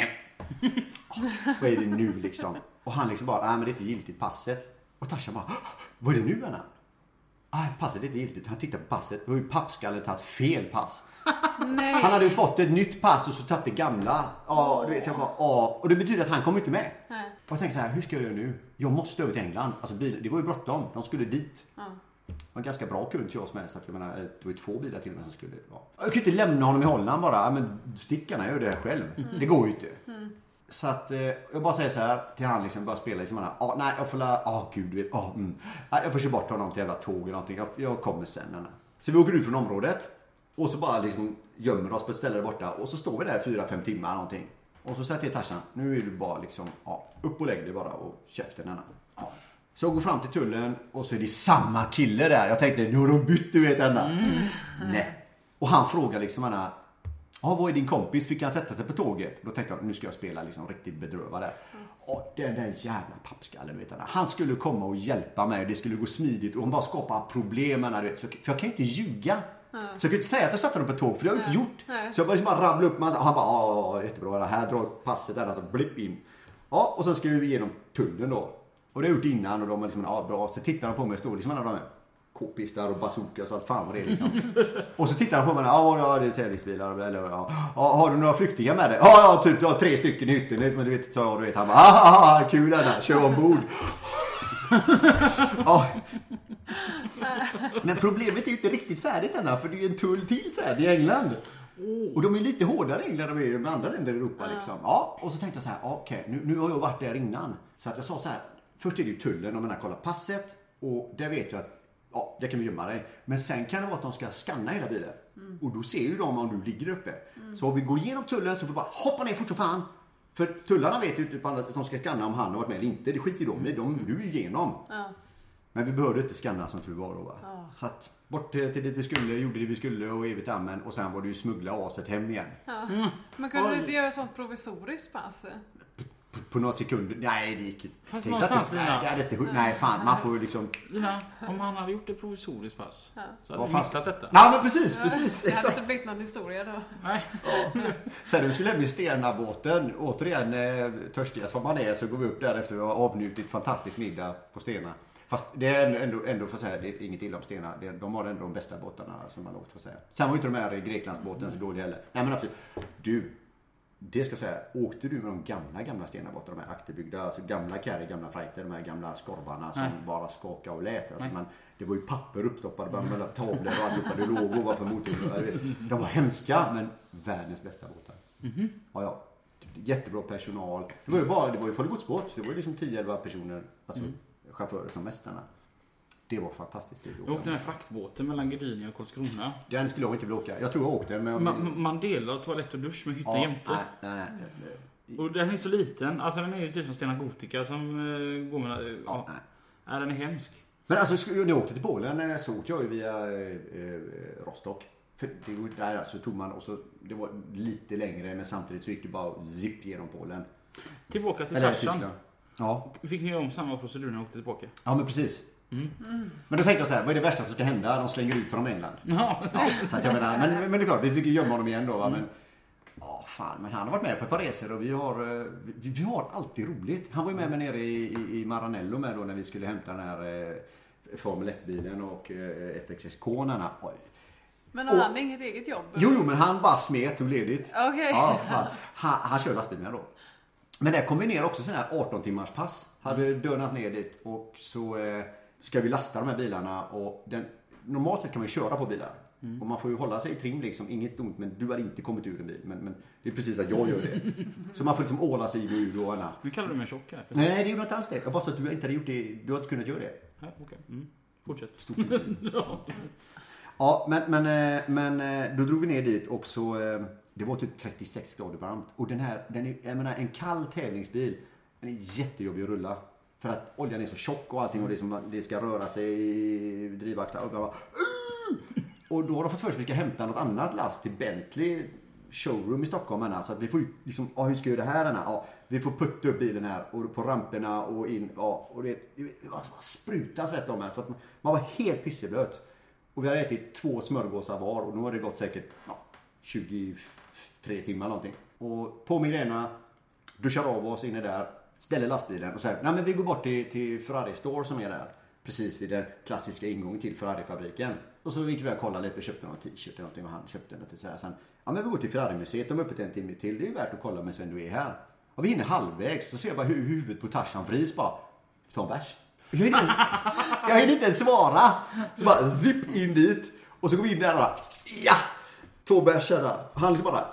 Speaker 3: Oh, vad är det nu liksom? Och han liksom bara, nej men det är inte giltigt passet. Och Tarzan bara, vad är det nu Anna? Ah, passet är inte giltigt. Han tittar på passet. Det var ju pappskallen tagit fel pass.
Speaker 1: Nej.
Speaker 3: Han hade ju fått ett nytt pass och så tagit det gamla. Ja, oh. du vet jag bara, ja. Och det betyder att han kommer inte med. Nej. Och jag tänkte så här, hur ska jag göra nu? Jag måste över till England. Alltså det var ju bråttom. De skulle dit. Ja. Det var en ganska bra kund till oss med. Så att jag menar, det var ju två bilar till mig som skulle vara. Jag kunde inte lämna honom i Holland bara. Men stickarna gör det här själv. Mm. Det går ju inte. Mm. Så att eh, jag bara säger så här till han liksom, bara spela liksom, ja ah, nej jag får la, ah gud du vet, ah, mm. jag får köra bort honom till jävla tåg eller någonting, jag, jag kommer sen. Nej. Så vi åker ut från området och så bara liksom gömmer oss på ett ställe där borta och så står vi där fyra fem timmar någonting. Och så säger jag till Tarzan, nu är du bara liksom, ja, upp och lägg dig bara och käften denna. Ja. Så jag går fram till tullen och så är det samma kille där. Jag tänkte, nu har de bytt, du vet denna. Mm. Nej. Och han frågar liksom henne, ja, vad är din kompis? Fick han sätta sig på tåget? Då tänkte jag, nu ska jag spela liksom riktigt bedrövad där. Mm. Och den där jävla pappskallen, vet du. Han skulle komma och hjälpa mig. Det skulle gå smidigt. Och han bara skapa problem. Vet, så, för jag kan ju inte ljuga. Mm. Så jag kan inte säga att jag satte honom på tåg. För det har jag inte gjort. Mm. Så jag började bara rabbla upp. Och han bara, ja, jättebra. Här drar passet där. Alltså, blipp in. Ja, och sen ska vi igenom tullen då. Och det har jag gjort innan. Och de var liksom, ja, bra. Så tittar de på mig och står liksom alla de här k-pistar och bazookas och allt fan vad det är liksom. Och så tittar de på mig, ja, ja det är tävlingsbilar eller ja. Ja, har du några flyktingar med dig? Ja, ja, typ du har tre stycken i hytten, men du vet så du vet han bara, ah, ah, kul där, kör ombord. Ja. Men problemet är ju inte riktigt färdigt ännu, för det är ju en tull till så här i England. Och de är lite hårdare i England än de är i andra länder i Europa liksom. Ja, och så tänkte jag så här, okej, okay, nu, nu har jag varit där innan. Så att jag sa så här, först är det ju tullen, om man har kollat passet och där vet jag att ja, det kan vi gömma dig. Men sen kan det vara att de ska skanna hela bilen. Mm. Och då ser ju de om du ligger uppe. Mm. Så om vi går igenom tullen så får vi bara hoppa ner fort och fan. För tullarna vet ju inte att de ska skanna om han har varit med eller inte. Det skiter de i. De, du är igenom. Ja. Men vi behövde inte skanna som tur var då va. Ja. Så att bort till det vi skulle, gjorde det vi skulle och evigt amen. Och sen var det ju smuggla aset hem igen.
Speaker 1: Ja. Mm. Men kunde du inte göra sånt provisoriskt pass?
Speaker 3: På, på några sekunder. Nej, det gick inte.
Speaker 2: Fast någonstans,
Speaker 3: det, nej, det är inte, nej, fan, man får ju liksom...
Speaker 2: Lina, om han hade gjort ett provisoriskt pass ja. Så hade vi missat detta.
Speaker 3: Nej, men precis, precis.
Speaker 1: Det hade inte blivit någon historia då.
Speaker 3: Nej. Ja. Sen när vi skulle lämna Stena-båten, återigen eh, törstiga som man är, så går vi upp där efter att ha avnjutit fantastisk middag på Stena. Fast det är ändå, ändå för att säga, det är inget illa om Stena. Det, de har ändå de bästa båtarna som man åkt för att säga. Sen var ju inte de här i Greklandsbåten så dåliga heller. Nej, men absolut. Du... Det ska jag säga, åkte du med de gamla, gamla Stena-båtar, de här akterbyggda, alltså gamla carry, gamla fighter, de här gamla skorvarna som Nej. bara skakade och lät. Alltså man, det var ju papper uppstoppade bara mellan tavlor och allt det låg och var för motor. De var hemska, men världens bästa båtar. Mm-hmm. Ja, ja. Jättebra personal. Det var ju bara, det var ju fullgodsbåt. Det var ju liksom tio elva personer, alltså mm. chaufförer som mästarna. Det var fantastiskt.
Speaker 2: Jag åkte den här fraktbåten mellan Gdynia och Karlskrona.
Speaker 3: Den skulle jag inte vilja åka. Jag tror jag åkte den. Men
Speaker 2: man, man delar toalett och dusch med hytta ja, jämte. Nej, nej, nej. Och den är så liten. Alltså den är ju typ som Stena Gotica som uh, går med... Uh, ja, nej. Nej, den är hemsk.
Speaker 3: Men alltså, när jag åkte till Polen så åkte jag ju via uh, Rostock. För det var där alltså tog man och så... Det var lite längre men samtidigt så gick det bara zipp genom Polen.
Speaker 2: Tillbaka till Tarzan. Ja. Fick ni om samma procedur när ni åkte tillbaka?
Speaker 3: Ja, men precis. Mm. Mm. Men då tänkte jag så här, vad är det värsta som ska hända? De slänger ut från England. Ja. Ja, så att jag menar, men, men det är klart, vi fick ju gömma honom igen då. Va? Mm. Men, ja, fan, men han har varit med på ett par resor och vi har, vi, vi har alltid roligt. Han var ju med mig nere i, i, i Maranello med då när vi skulle hämta den här eh, Formel ett-bilen och eh, F X S-konerna.
Speaker 1: Men har och, han inget eget jobb?
Speaker 3: Jo, jo, men han bara smet och ledigt.
Speaker 1: Okej. Okay.
Speaker 3: Ja, han, han, han kör lastbilen då. Men där kom vi ner också sån här arton timmars pass. Hade mm. dönat ner dit och så... Eh, ska vi lasta de här bilarna och den, normalt sett kan man ju köra på bilar mm. och man får ju hålla sig i trim liksom, inget ont men du har inte kommit ur en bil men, men det är precis att jag gör det så man får liksom åla sig i ur och
Speaker 2: nu kallar du mig tjock här.
Speaker 3: Nej, det är ju inte alls det. Jag bara så att du inte hade gjort det, du har inte kunnat göra det.
Speaker 2: Ja, okej. Okay. Mm. Fortsätt.
Speaker 3: Stort. ja. Ja, men, men, men då drog vi ner dit och så, det var typ trettiosex grader varmt. Och den här, den är, jag menar, en kall tävlingsbil, den är jättejobbig att rulla. För att oljan är så tjock och allting och det, som, det ska röra sig i drivaxlar. Och, bara, och då har de fått för sig att vi ska hämta något annat last till Bentley showroom i Stockholm. Så att vi får liksom, ja, hur ska vi göra det här? Denna? Ja, vi får putta upp bilen här och på ramperna och in. Ja, och det, det var sprutas rätt om här. Så att man, man var helt pisseblöt. Och vi hade ätit två smörgåsar var och nu har det gått säkert ja, tjugotre timmar någonting. Och på migrena, duschar av oss inne där, ställer lastbilen och säger, nej men vi går bort till, till Ferrari Store som är där. Precis vid den klassiska ingången till Ferrari-fabriken. Och så gick vi och kollade lite och köpte någon t-shirt eller någonting och han köpte den till så här. Sen, ja men vi går till Ferrari-museet, de är öppet en timme till, det är värt att kolla med Sven du är här. Och vi hinner halvvägs, så ser jag bara hur huvudet på Tarzan vris bara, ta en bärs. Jag hinner, inte, jag hinner inte ens svara. Så bara zip in dit. Och så går vi in där och bara, ja, två bärsar där. Han liksom bara,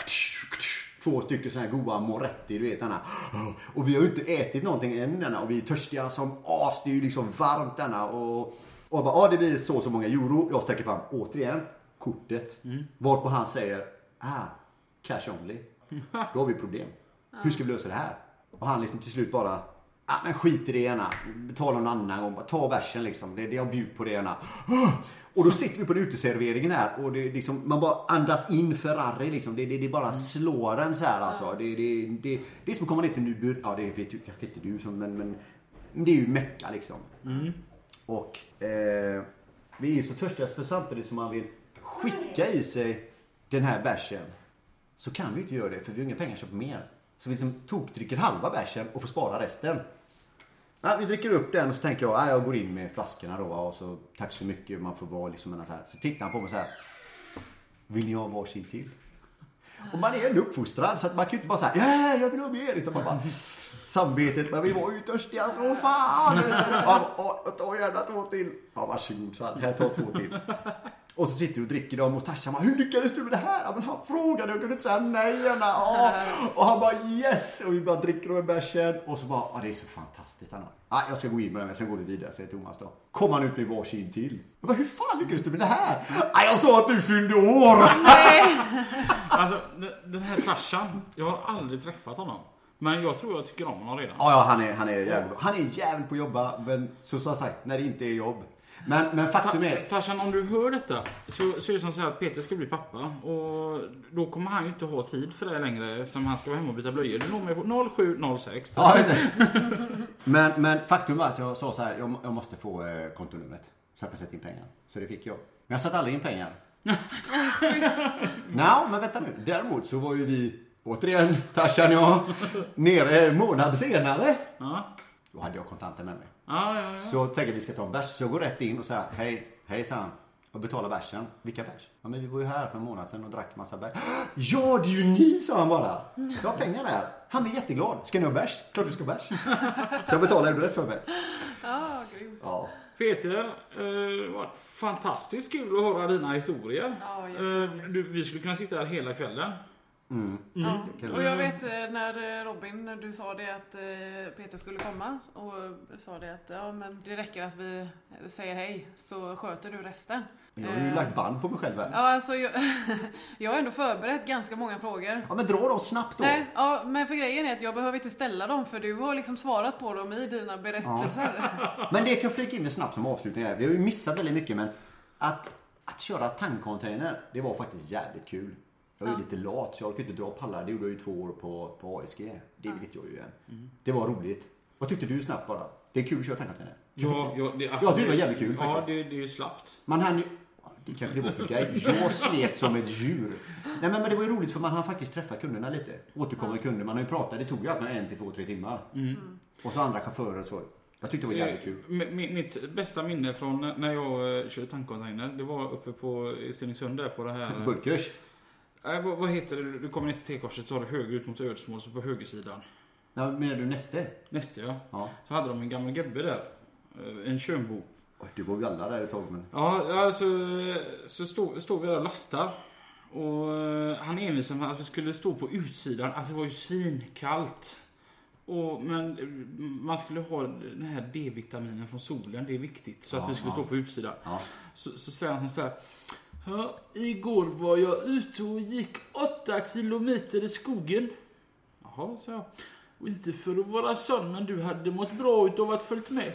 Speaker 3: två stycken sådana här goda Moretti, du vet denna. Och vi har ju inte ätit någonting än denna. Och vi är törstiga som as, det är ju liksom varmt denna. Och, och bara, ja det blir så så många euro. Jag sträcker fram återigen kortet. Mm. Varpå han säger, ah, cash only. Då har vi problem. Hur ska vi lösa det här? Och han liksom till slut bara, ah, men skit i det gärna. Betala någon annan gång. Bara ta versen liksom. Det, det har bjud på det gärna. Och då sitter vi på den uteserveringen här. Och det liksom, man bara andas in Ferrari liksom. Det, det, det bara slår en så här alltså. Det, det, det, det är som att komma ner till Nybur. Ja, det vet ju kanske inte du som, men, men det är ju Mecka liksom. Mm. Och eh, vi är så törstiga så samtidigt som man vill skicka i sig den här bärsen. Så kan vi inte göra det för vi har inga pengar att köpa mer. Så vi liksom tog, dricker halva bärsen och får spara resten. Ja, vi dricker upp den och så tänker jag, ja, jag går in med flaskorna då och så tack så mycket, man får vara liksom en så här. Så tittar han på mig så här, vill ni ha varsin till? Och man är ändå uppfostrad så att man kan ju inte bara säga, ja, jag vill ha mer, utan man bara, samvetet, men vi var ju törstiga så fan. Ja, ja, ta gärna två till. Ja, varsågod, så här tar två till. Och så sitter du och dricker dem och Tarzan bara, hur lyckades du med det här? Ja, men han frågade, jag kunde inte säga nej gärna. Ja. Och han bara, yes! Och vi bara dricker en bärsen. Och så bara, ja det är så fantastiskt. Han ja, jag ska gå in med den, sen går vi vidare, säger Thomas då. Kom han ut med varsin till. Jag bara, hur fan lyckades du med det här? Ja, jag sa att du fyllde år!
Speaker 2: Nej! Alltså, den här Tarzan, jag har aldrig träffat honom. Men jag tror jag tycker om honom redan.
Speaker 3: Ja, ja han är, han är jävligt Han är jävligt på att jobba, men så som sagt, när det inte är jobb. Men, men faktum är...
Speaker 2: Tarzan, om du hör detta så, så är det som så här att Peter ska bli pappa. Och då kommer han ju inte ha tid för det längre eftersom han ska vara hemma och byta blöjor. Det är nummer noll sju noll sex.
Speaker 3: Ja, men, men faktum var att jag sa så här, jag, jag måste få eh, kontonumret så jag kan sätta in pengar. Så det fick jag. Men jag satte aldrig in pengar. Nej, men vänta nu. Däremot så var ju vi, återigen, Tarzan och jag, nere en månad senare. Ja. Då hade jag kontanter med mig.
Speaker 2: Ah, ja, ja.
Speaker 3: Så tänker jag vi ska ta en bärs. Så jag går rätt in och säger, hej, hej sa han. Och betalar bärsen. Vilka bärs? Ja, men vi var ju här för en månad sedan och drack massa bärs. Ja, det är ju ni, sa han bara. Jag har pengar där. Han blir jätteglad. Ska ni ha bärs? Klart du ska ha bärs. Så jag betalar rätt för mig.
Speaker 1: Ja, grymt.
Speaker 3: Ja.
Speaker 2: Peter, det eh, var fantastiskt kul att höra dina historier.
Speaker 1: Ja,
Speaker 2: eh, du, vi skulle kunna sitta här hela kvällen.
Speaker 3: Mm.
Speaker 1: Ja. Och jag vet när Robin, du sa det att Peter skulle komma och sa det att ja, men det räcker att vi säger hej så sköter du resten.
Speaker 3: Jag har ju lagt band på mig själv här.
Speaker 1: Ja, alltså jag, jag har ändå förberett ganska många frågor.
Speaker 3: Ja, men dra dem snabbt då.
Speaker 1: Nej, ja, men för grejen är att jag behöver inte ställa dem för du har liksom svarat på dem i dina berättelser.
Speaker 3: Ja. Men det kan jag flika in med snabbt som avslutning här. Vi har ju missat väldigt mycket, men att, att köra tankcontainer, det var faktiskt jävligt kul. Jag är ja. lite lat så jag orkade inte dra pallar. Det gjorde jag ju två år på, på A S G. Det vet jag ju igen. Mm. Det var roligt. Vad tyckte du snabbt bara? Det är kul att köra tankcontainer.
Speaker 2: Ja, ja, det, alltså,
Speaker 3: jag tyckte det var jävligt kul
Speaker 2: ja,
Speaker 3: faktiskt.
Speaker 2: Ja, det, det är ju slappt.
Speaker 3: Man hann ju... Det kanske det var för dig. Jag slet som ett djur. Nej, men, men det var ju roligt för man hann faktiskt träffa kunderna lite. Återkommande kunder. Man har ju pratat. Det tog ju alltid en till två, tre timmar. Mm. Och så andra chaufförer och så. Jag tyckte det var jävligt kul.
Speaker 2: Mitt, mitt bästa minne från när jag körde tankcontainer, det var uppe på Stenungsund där på det här...
Speaker 3: Bulkers.
Speaker 2: Äh, vad, vad heter det? Du kommer ner till T-korset så har du höger ut mot Ödsmål så på högersidan.
Speaker 3: Ja, menar du näste?
Speaker 2: Näste, ja.
Speaker 3: ja.
Speaker 2: Så hade de en gammal gubbe där. En könbo.
Speaker 3: Du var ju alla där ett tag, men...
Speaker 2: Ja, alltså så stod, stod vi där och lastar. Och han envisade med att vi skulle stå på utsidan. Alltså det var ju svinkallt. Och, men man skulle ha den här D-vitaminen från solen. Det är viktigt. Så ja, att vi skulle ja. stå på utsidan. Ja. Så, så säger han så här... Ja, igår var jag ute och gick åtta kilometer i skogen. Jaha, så jag. Och inte för att vara sån, men du hade mått bra ut av att följt med.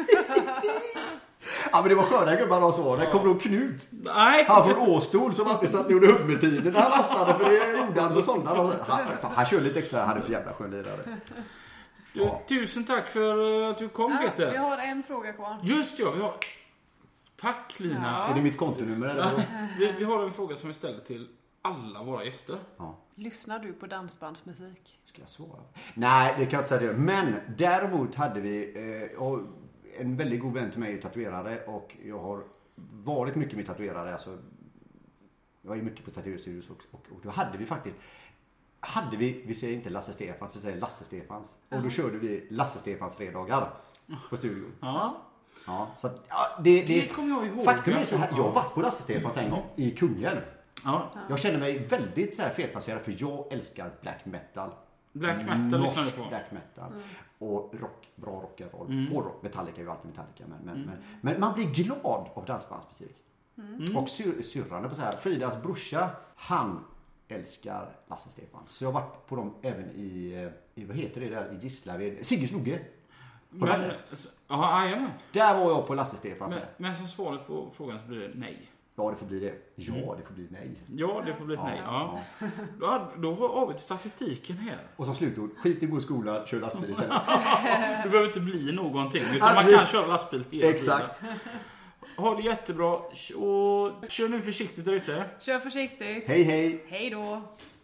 Speaker 3: Ja, men det var sköna gubbar de så. Där kom då Knut.
Speaker 2: Nej.
Speaker 3: Han från Åstol som alltid satt och gjorde hummertiden när han lastade. För det gjorde han så sådana. Han, han körde lite extra. Han hade för jävla skön lirare.
Speaker 2: Ja. Tusen tack för att du kom,
Speaker 1: Ja,
Speaker 2: Peter.
Speaker 1: vi har en fråga kvar.
Speaker 2: Just ja, vi har... Tack, Lina.
Speaker 1: Ja.
Speaker 3: Är det mitt kontonummer eller?
Speaker 2: Ja, vi, vi har en fråga som vi ställer till alla våra gäster.
Speaker 3: Ja.
Speaker 1: Lyssnar du på dansbandsmusik?
Speaker 3: Ska jag svara? Nej, det kan jag inte säga till. Men däremot hade vi eh, en väldigt god vän till mig tatuerare. Och jag har varit mycket med tatuerare. Alltså, jag är mycket på tatueringsstudios och, och, och då hade vi faktiskt... Hade vi, vi säger inte Lasse Stefans, vi säger Lasse Stefans. Och då körde vi Lasse Stefans fredagar på studion.
Speaker 2: Ja.
Speaker 3: Ja, så att, ja, det, det,
Speaker 2: Det kommer jag ihåg.
Speaker 3: Faktum är så här, jag har varit på Lasse Stefans en gång i Kungälv.
Speaker 2: Ja.
Speaker 3: Jag känner mig väldigt så här felplacerad för jag älskar black metal.
Speaker 2: Black metal lyssnar du
Speaker 3: Norsk
Speaker 2: på.
Speaker 3: black metal. Mm. Och rock, bra rock'n'roll.
Speaker 2: Mm.
Speaker 3: Hårdrock, Metallica är ju alltid Metallica. Men, men,
Speaker 2: Mm.
Speaker 3: men, men man blir glad av dansbandsmusik.
Speaker 1: Mm.
Speaker 3: Och syr, syrrande på så här. Fridas brorsa, han älskar Lasse Stefans. Så jag har varit på dem även i, i vad heter det där, i Gislaved. Sigge Snogge.
Speaker 2: Men, ja, jajamän.
Speaker 3: Där var jag på Lasse Stefans.
Speaker 2: Men, men som svaret på frågan så blir det nej.
Speaker 3: Ja, det får bli det. Ja,
Speaker 2: Mm.
Speaker 3: det får bli nej.
Speaker 2: Ja, det får bli ett nej. Ja. Då, då har vi statistiken här.
Speaker 3: Och som slutord, skit i god skola, kör lastbil istället.
Speaker 2: Det behöver inte bli någonting. Utan
Speaker 3: Ja,
Speaker 2: man
Speaker 3: precis.
Speaker 2: kan köra lastbil hela
Speaker 3: Exakt.
Speaker 2: tiden. Ha det jättebra. Och kör nu försiktigt där ute.
Speaker 1: Kör försiktigt.
Speaker 3: Hej, hej.
Speaker 1: Hej då.